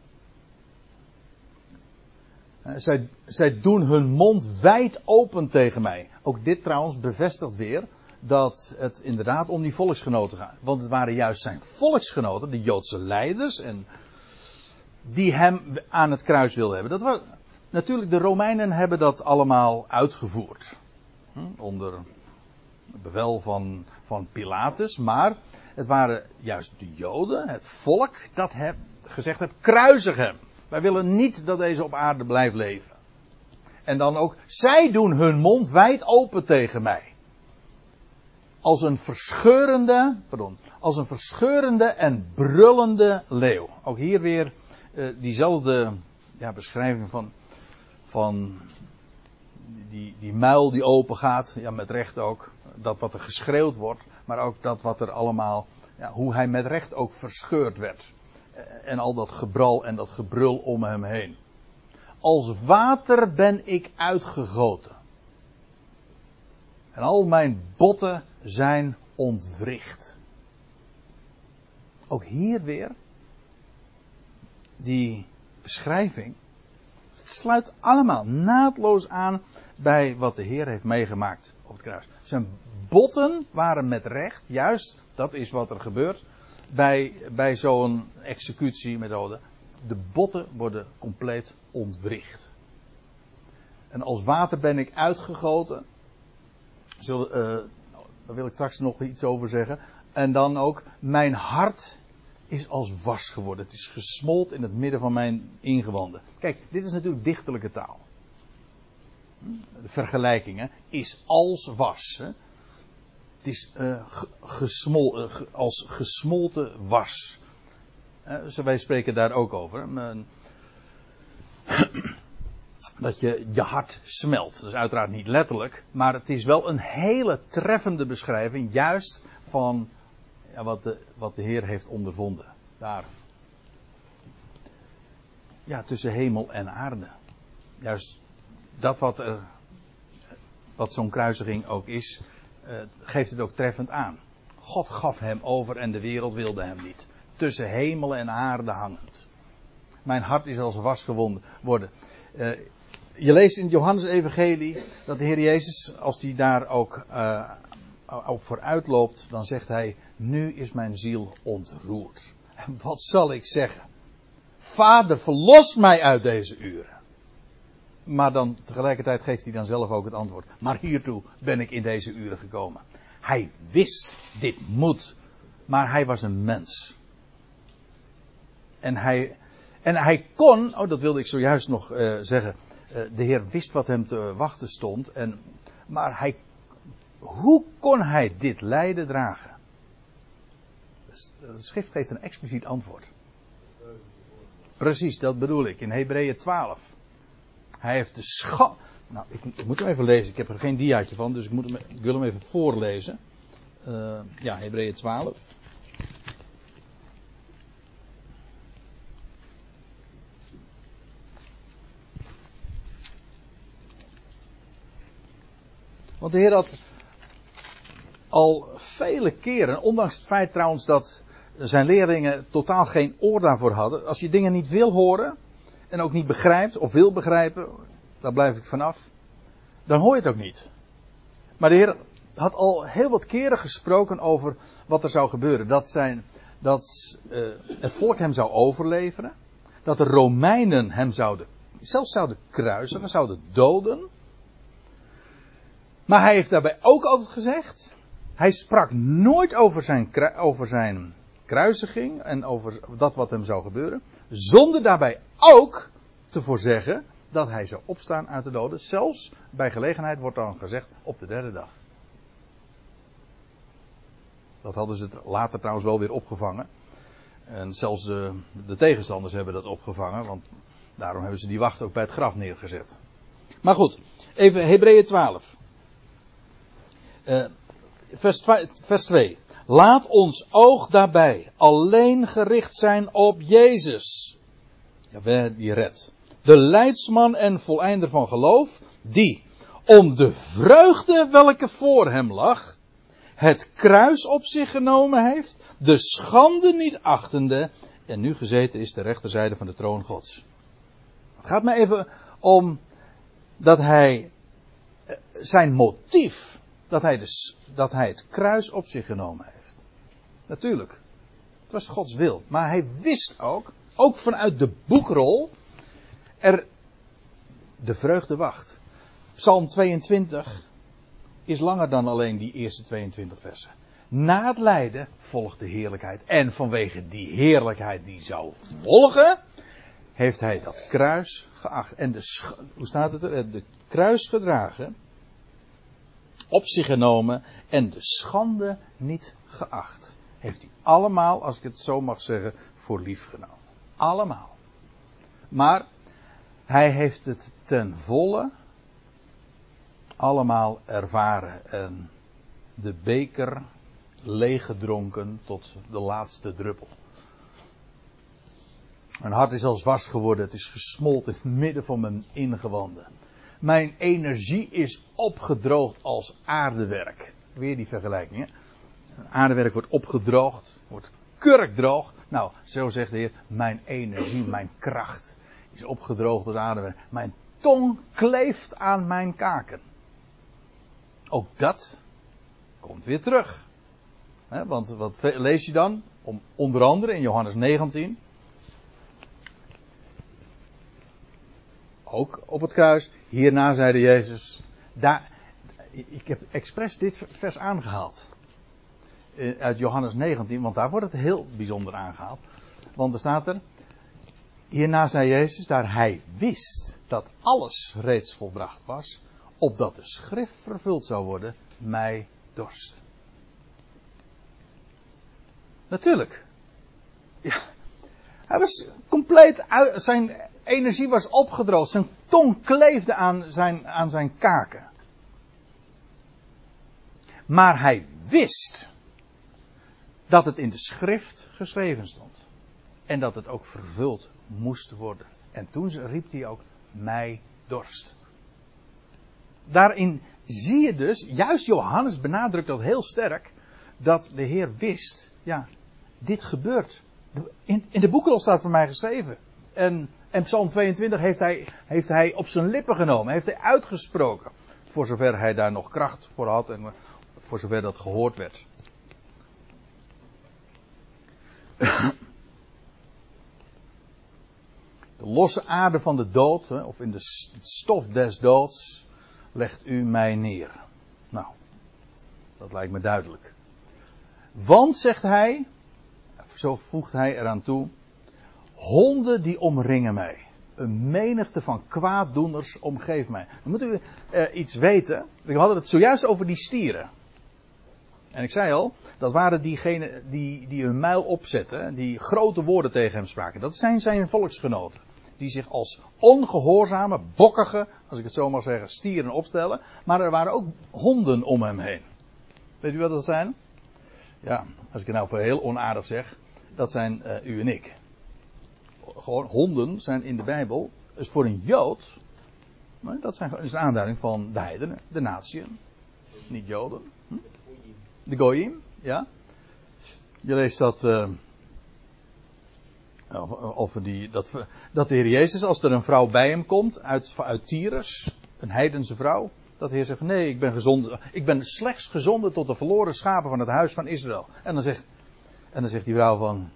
Speaker 1: Zij doen hun mond wijd open tegen mij. Ook dit trouwens bevestigt weer dat het inderdaad om die volksgenoten gaat. Want het waren juist zijn volksgenoten, de Joodse leiders, en die hem aan het kruis wilden hebben. Natuurlijk, de Romeinen hebben dat allemaal uitgevoerd. Onder bevel van Pilatus. Maar het waren juist de Joden, het volk, dat gezegd heeft, kruisig hem. Wij willen niet dat deze op aarde blijft leven. En dan ook, zij doen hun mond wijd open tegen mij. Als een verscheurende en brullende leeuw. Ook hier weer diezelfde beschrijving van die muil die open gaat. Ja, met recht ook. Dat wat er geschreeuwd wordt. Maar ook dat wat er allemaal, hoe hij met recht ook verscheurd werd. En al dat gebral en dat gebrul om hem heen. Als water ben ik uitgegoten. En al mijn botten zijn ontwricht. Ook hier weer. Die beschrijving. Het sluit allemaal naadloos aan bij wat de Heer heeft meegemaakt op het kruis. Zijn botten waren met recht, juist, dat is wat er gebeurt. Bij zo'n executiemethode. De botten worden compleet ontwricht. En als water ben ik uitgegoten. Daar wil ik straks nog iets over zeggen. En dan ook, mijn hart is als was geworden. Het is gesmolten in het midden van mijn ingewanden. Kijk, dit is natuurlijk dichterlijke taal. De vergelijking is als was. Hè. Het is als gesmolten was. Wij spreken daar ook over. Dat je hart smelt. Dat is uiteraard niet letterlijk. Maar het is wel een hele treffende beschrijving. Juist van wat de Heer heeft ondervonden. Daar. Ja, tussen hemel en aarde. Juist dat wat zo'n kruisiging ook is. Geeft het ook treffend aan. God gaf hem over en de wereld wilde hem niet. Tussen hemel en aarde hangend. Mijn hart is als was geworden. Je leest in het Johannes-evangelie dat de Heer Jezus, als hij daar ook vooruit loopt, dan zegt hij, nu is mijn ziel ontroerd. En wat zal ik zeggen? Vader, verlos mij uit deze uren. Maar dan tegelijkertijd geeft hij dan zelf ook het antwoord. Maar hiertoe ben ik in deze uren gekomen. Hij wist, dit moet. Maar hij was een mens. En hij kon, dat wilde ik zojuist nog zeggen. De Heer wist wat hem te wachten stond. Maar hoe kon hij dit lijden dragen? De schrift geeft een expliciet antwoord. Precies, dat bedoel ik. In Hebreeën 12. Hij heeft de schande. Nou, ik moet hem even lezen. Ik heb er geen diaatje van, dus ik wil hem even voorlezen. Hebreeën 12. Want de Heer had al vele keren, ondanks het feit trouwens dat zijn leerlingen totaal geen oor daarvoor hadden. Als je dingen niet wil horen en ook niet begrijpt of wil begrijpen, daar blijf ik vanaf. Dan hoor je het ook niet. Maar de Heer had al heel wat keren gesproken over wat er zou gebeuren. Dat het volk hem zou overleveren. Dat de Romeinen hem zouden kruisigen, zouden doden. Maar hij heeft daarbij ook altijd gezegd. Hij sprak nooit over zijn kruisiging en over dat wat hem zou gebeuren. Zonder daarbij ook te voorzeggen dat hij zou opstaan uit de doden. Zelfs bij gelegenheid wordt dan gezegd op de derde dag. Dat hadden ze later trouwens wel weer opgevangen. En zelfs de tegenstanders hebben dat opgevangen. Want daarom hebben ze die wacht ook bij het graf neergezet. Maar goed, even Hebreeën 12. Vers 2. Laat ons oog daarbij alleen gericht zijn op Jezus. Ja, die redt. de leidsman en voleinder van geloof, die om de vreugde welke voor hem lag, het kruis op zich genomen heeft, de schande niet achtende, en nu gezeten is de rechterzijde van de troon Gods. Het gaat me even om dat hij zijn motief, dat hij het kruis op zich genomen heeft. Natuurlijk, het was Gods wil, maar hij wist ook vanuit de boekrol, de vreugde wacht. Psalm 22 is langer dan alleen die eerste 22 versen. Na het lijden volgt de heerlijkheid. En vanwege die heerlijkheid die zou volgen, heeft hij dat kruis geacht. En hoe staat het er? De kruis gedragen, op zich genomen en de schande niet geacht. Heeft hij allemaal, als ik het zo mag zeggen, voor lief genomen. Allemaal. Maar hij heeft het ten volle allemaal ervaren en de beker leeggedronken tot de laatste druppel. Mijn hart is als was geworden, het is gesmolten in het midden van mijn ingewanden. Mijn energie is opgedroogd als aardewerk. Weer die vergelijking, hè? Aardewerk wordt opgedroogd, wordt kurkdroog. Nou, zo zegt de Heer, mijn energie, mijn kracht is opgedroogd als aardewerk. Mijn tong kleeft aan mijn kaken. Ook dat komt weer terug. Want wat lees je dan? Onder andere in Johannes 19. Ook op het kruis. Hierna zeide Jezus. Ik heb expres dit vers aangehaald. Uit Johannes 19. Want daar wordt het heel bijzonder aangehaald. Want er staat er. Hierna zei Jezus. Daar hij wist dat alles reeds volbracht was. Opdat de schrift vervuld zou worden. Mij dorst. Natuurlijk. Ja. Hij was compleet uit. Zijn energie was opgedroogd. Zijn tong kleefde aan zijn kaken. Maar hij wist dat het in de schrift geschreven stond. En dat het ook vervuld moest worden. En toen riep hij ook, mij dorst. Daarin zie je dus, juist Johannes benadrukt dat heel sterk, dat de Heer wist, ja, dit gebeurt. In de boekrol staat voor mij geschreven. En Psalm 22 heeft hij op zijn lippen genomen, heeft hij uitgesproken. Voor zover hij daar nog kracht voor had en voor zover dat gehoord werd. De losse aarde van de dood, of in de stof des doods, legt u mij neer. Nou, dat lijkt me duidelijk. Want, zegt hij, zo voegt hij eraan toe, honden die omringen mij. Een menigte van kwaaddoeners omgeeft mij. Dan moet u iets weten. We hadden het zojuist over die stieren. En ik zei al, dat waren diegenen die hun muil opzetten, die grote woorden tegen hem spraken. Dat zijn zijn volksgenoten. Die zich als ongehoorzame, bokkige, als ik het zo mag zeggen, stieren opstellen. Maar er waren ook honden om hem heen. Weet u wat dat zijn? Ja, als ik het nou voor heel onaardig zeg, dat zijn u en ik. Gewoon, honden zijn in de Bijbel, dus voor een Jood, dat is een aanduiding van de heidenen, de natieën, niet Joden. De Goyim, ja. Je leest dat, dat de Heer Jezus, als er een vrouw bij hem komt, uit Tyrus, een heidense vrouw, dat de Heer zegt, nee, ik ben slechts gezonden tot de verloren schapen van het huis van Israël. En dan zegt die vrouw van,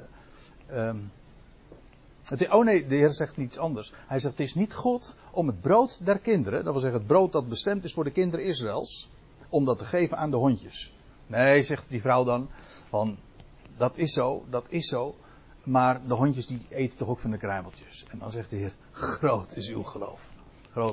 Speaker 1: de Heer zegt niets anders. Hij zegt, het is niet goed om het brood der kinderen, dat wil zeggen het brood dat bestemd is voor de kinderen Israëls, om dat te geven aan de hondjes. Nee, zegt die vrouw dan, van, dat is zo, maar de hondjes die eten toch ook van de kruimeltjes. En dan zegt de Heer, groot is uw geloof. Groot.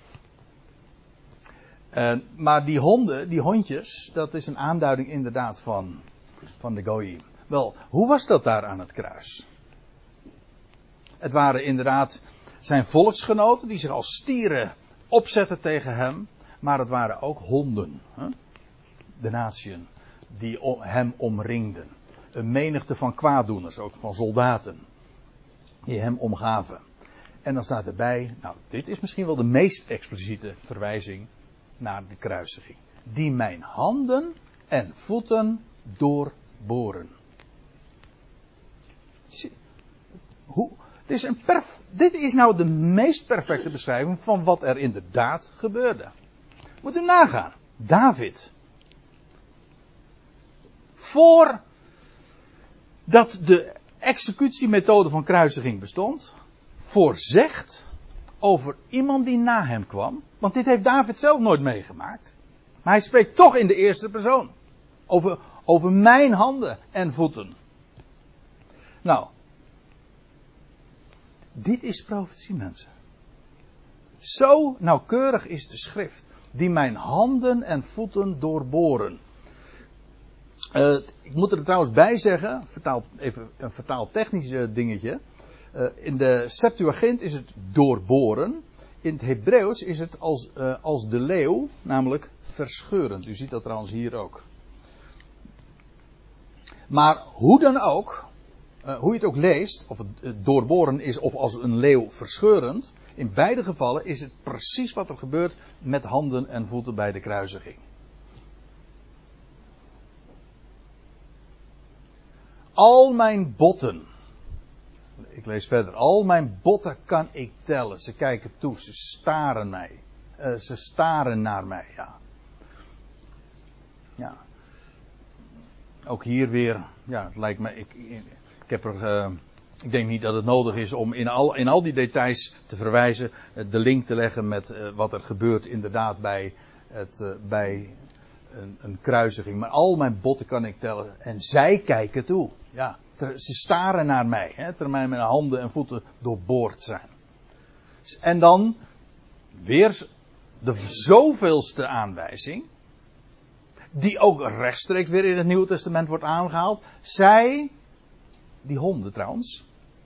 Speaker 1: Maar die hondjes, dat is een aanduiding inderdaad van de Goyim. Wel, hoe was dat daar aan het kruis? Het waren inderdaad zijn volksgenoten die zich als stieren opzetten tegen hem. Maar het waren ook honden. De natieën die hem omringden. Een menigte van kwaaddoeners, ook van soldaten. Die hem omgaven. En dan staat erbij, nou, dit is misschien wel de meest expliciete verwijzing naar de kruisiging. Die mijn handen en voeten doorboren. Dit is nou de meest perfecte beschrijving van wat er inderdaad gebeurde. Moet u nagaan. David. Voordat de executiemethode van kruisiging bestond, voorzegt over iemand die na hem kwam. Want dit heeft David zelf nooit meegemaakt. Maar hij spreekt toch in de eerste persoon. Over mijn handen en voeten. Nou. Dit is profetie, mensen. Zo nauwkeurig is de schrift. Die mijn handen en voeten doorboren. Ik moet er trouwens bij zeggen. Even een vertaaltechnisch dingetje. In de Septuagint is het doorboren. In het Hebreeuws is het als de leeuw. Namelijk verscheurend. U ziet dat trouwens hier ook. Maar hoe dan ook. Hoe je het ook leest. Of het doorboren is of als een leeuw verscheurend. In beide gevallen is het precies wat er gebeurt met handen en voeten bij de kruisiging. Al mijn botten. Ik lees verder. Al mijn botten kan ik tellen. Ze kijken toe. Ze staren mij. Ze staren naar mij. Ja. Ja. Ook hier weer. Ja, het lijkt me. Ik denk niet dat het nodig is om in al die details te verwijzen. De link te leggen met wat er gebeurt inderdaad bij een kruisiging. Maar al mijn botten kan ik tellen. En zij kijken toe. Ja, ze staren naar mij. Terwijl mijn handen en voeten doorboord zijn. En dan weer de zoveelste aanwijzing. Die ook rechtstreeks weer in het Nieuwe Testament wordt aangehaald. Zij, die honden trouwens.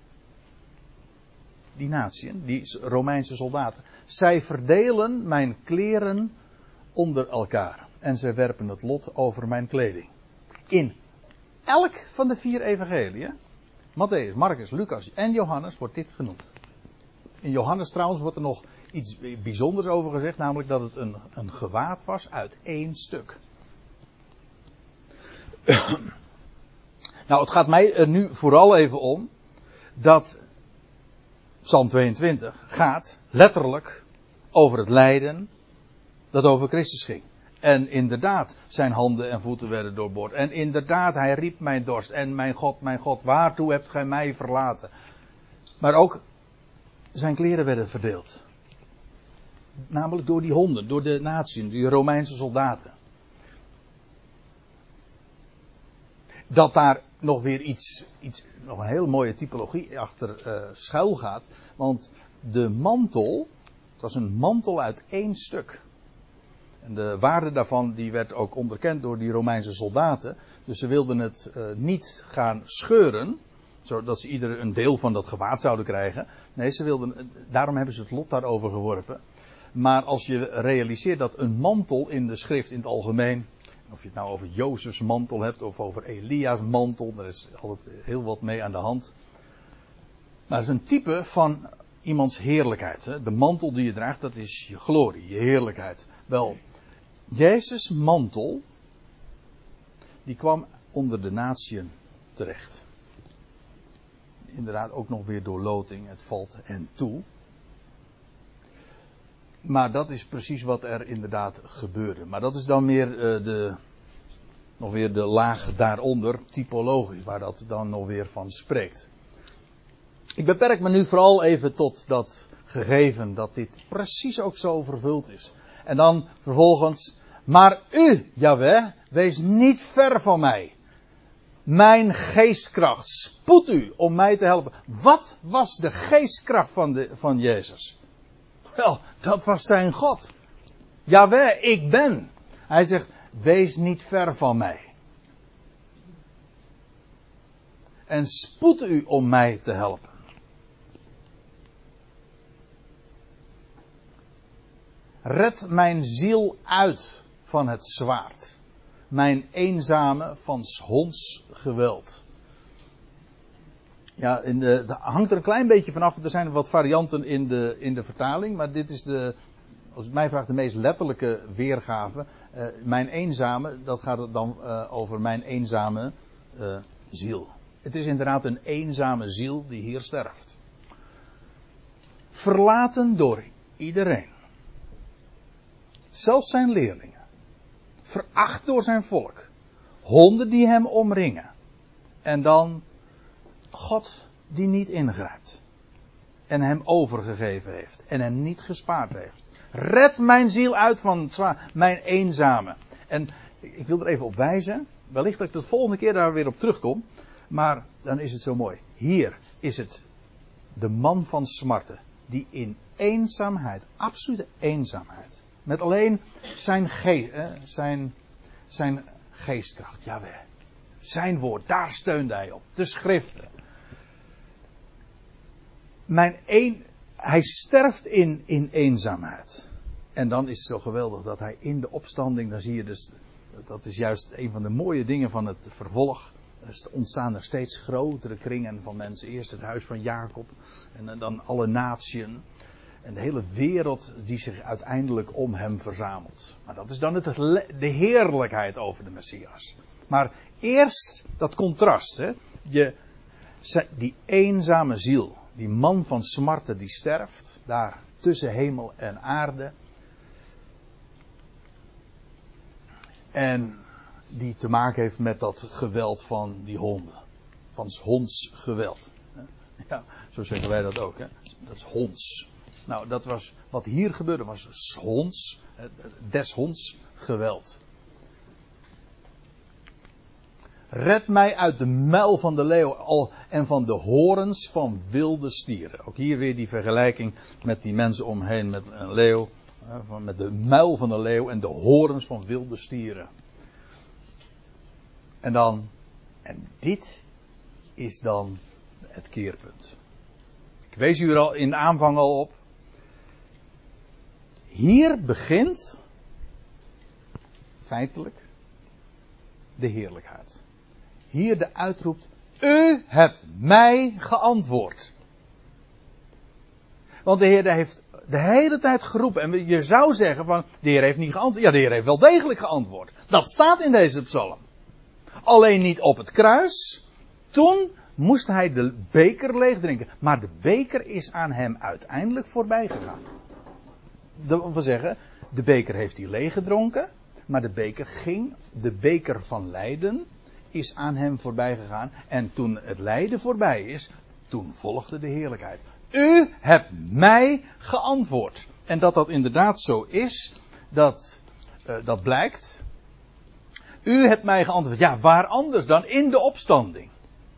Speaker 1: Die natieën, die Romeinse soldaten. Zij verdelen mijn kleren onder elkaar. En zij werpen het lot over mijn kleding. In elk van de 4 evangeliën. Mattheüs, Marcus, Lucas en Johannes wordt dit genoemd. In Johannes trouwens wordt er nog iets bijzonders over gezegd. Namelijk dat het een gewaad was uit 1 stuk. Nou, het gaat mij er nu vooral even om. Dat Psalm 22 gaat letterlijk over het lijden dat over Christus ging. En inderdaad, zijn handen en voeten werden doorboord. En inderdaad, hij riep mijn dorst. En mijn God, waartoe hebt gij mij verlaten? Maar ook, zijn kleren werden verdeeld. Namelijk door die honden, door de natieën, die Romeinse soldaten. Dat daar nog weer nog een heel mooie typologie achter schuil gaat. Want de mantel, het was een mantel uit 1 stuk. En de waarde daarvan die werd ook onderkend door die Romeinse soldaten. Dus ze wilden het niet gaan scheuren. Zodat ze ieder een deel van dat gewaad zouden krijgen. Nee, daarom hebben ze het lot daarover geworpen. Maar als je realiseert dat een mantel in de schrift in het algemeen. Of je het nou over Jozefs mantel hebt of over Elia's mantel. Daar is altijd heel wat mee aan de hand. Maar het is een type van iemands heerlijkheid. Hè? De mantel die je draagt, dat is je glorie, je heerlijkheid. Wel, Jezus' mantel, die kwam onder de natieën terecht. Inderdaad ook nog weer door loting, het valt hen toe. Maar dat is precies wat er inderdaad gebeurde. Maar dat is dan meer nog weer de laag daaronder, typologisch, waar dat dan nog weer van spreekt. Ik beperk me nu vooral even tot dat gegeven dat dit precies ook zo vervuld is. En dan vervolgens, maar u, Jahweh, wees niet ver van mij. Mijn geestkracht, spoed u om mij te helpen. Wat was de geestkracht van Jezus? Wel, dat was zijn God. Jahweh, ik ben. Hij zegt, wees niet ver van mij. En spoed u om mij te helpen. Red mijn ziel uit van het zwaard. Mijn eenzame van 's honds geweld. Ja, hangt er een klein beetje vanaf. Er zijn wat varianten in de vertaling. Maar dit is als het mij vraagt, de meest letterlijke weergave. Mijn eenzame, dat gaat het dan over mijn eenzame ziel. Het is inderdaad een eenzame ziel die hier sterft. Verlaten door iedereen. Zelfs zijn leerlingen. Veracht door zijn volk. Honden die hem omringen. En dan God die niet ingrijpt. En hem overgegeven heeft. En hem niet gespaard heeft. Red mijn ziel uit van mijn eenzame. En ik wil er even op wijzen. Wellicht dat ik de volgende keer daar weer op terugkom. Maar dan is het zo mooi. Hier is het de man van smarten. Die in eenzaamheid, absolute eenzaamheid. Met alleen zijn geestkracht. Jawel. Zijn woord, daar steunde hij op. De schriften. Hij sterft in eenzaamheid. En dan is het zo geweldig dat hij in de opstanding, dan zie je dus, dat is juist een van de mooie dingen van het vervolg. Er ontstaan er steeds grotere kringen van mensen. Eerst het huis van Jacob en dan alle natieën. En de hele wereld die zich uiteindelijk om hem verzamelt. Maar dat is dan de heerlijkheid over de Messias. Maar eerst dat contrast. Hè? Die eenzame ziel. Die man van smarten die sterft. Daar tussen hemel en aarde. En die te maken heeft met dat geweld van die honden. Van hondsgeweld. Ja, zo zeggen wij dat ook. Hè? Dat is honds. Nou, dat was wat hier gebeurde, was honds. Des honds geweld. Red mij uit de muil van de leeuw en van de horens van wilde stieren. Ook hier weer die vergelijking met die mensen omheen met een leeuw. Met de muil van de leeuw en de horens van wilde stieren. En dit is dan het keerpunt. Ik wees u er al in de aanvang al op. Hier begint feitelijk de heerlijkheid. Hier de uitroep, u hebt mij geantwoord. Want de Heer heeft de hele tijd geroepen. En je zou zeggen van, de Heer heeft niet geantwoord. Ja, de Heer heeft wel degelijk geantwoord. Dat staat in deze psalm. Alleen niet op het kruis. Toen moest hij de beker leeg drinken. Maar de beker is aan hem uiteindelijk voorbij gegaan. Dat wil zeggen, de beker heeft hij leeg gedronken. Maar de beker van lijden is aan hem voorbij gegaan. En toen het lijden voorbij is, toen volgde de heerlijkheid. U hebt mij geantwoord. En dat inderdaad zo is, dat blijkt. U hebt mij geantwoord. Ja, waar anders dan in de opstanding.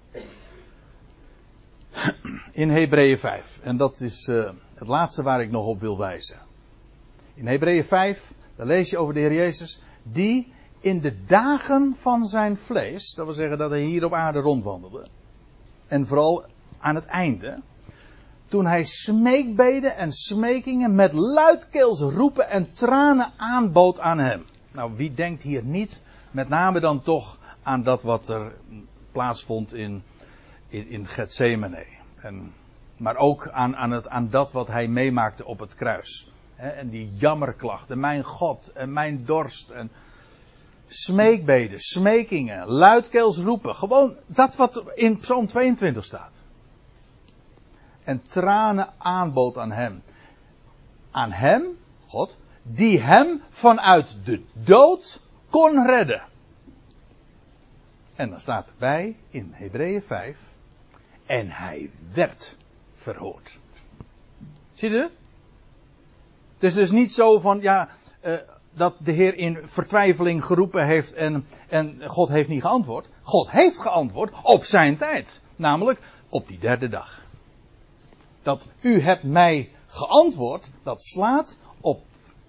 Speaker 1: In Hebreeën 5. En dat is het laatste waar ik nog op wil wijzen. In Hebreeën 5, daar lees je over de Heer Jezus, die in de dagen van zijn vlees, dat wil zeggen dat hij hier op aarde rondwandelde, en vooral aan het einde, toen hij smeekbeden en smekingen met luidkeels roepen en tranen aanbood aan hem. Nou, wie denkt hier niet met name dan toch aan dat wat er plaatsvond in Getsemane. Maar ook aan dat wat hij meemaakte op het kruis. En die jammerklachten, mijn God en mijn dorst. En smeekbeden, smekingen, luidkeels roepen. Gewoon dat wat in Psalm 22 staat. En tranen aanbood aan hem. Aan hem, God, die hem vanuit de dood kon redden. En dan staat erbij in Hebreeën 5. En hij werd verhoord. Zie je? Het is dus niet zo van, dat de Heer in vertwijfeling geroepen heeft en God heeft niet geantwoord. God heeft geantwoord op zijn tijd. Namelijk op die derde dag. Dat u hebt mij geantwoord, dat slaat op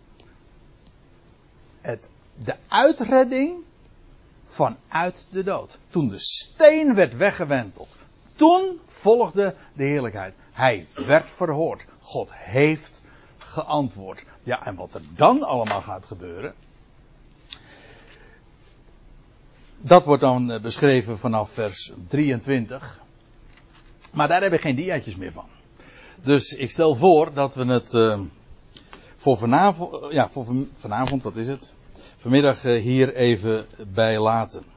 Speaker 1: de uitredding vanuit de dood. Toen de steen werd weggewenteld. Toen volgde de heerlijkheid. Hij werd verhoord. God heeft geantwoord. Ja, en wat er dan allemaal gaat gebeuren. Dat wordt dan beschreven vanaf vers 23. Maar daar heb ik geen diaatjes meer van. Dus ik stel voor dat we het voor vanavond, wat is het? Vanmiddag hier even bij laten.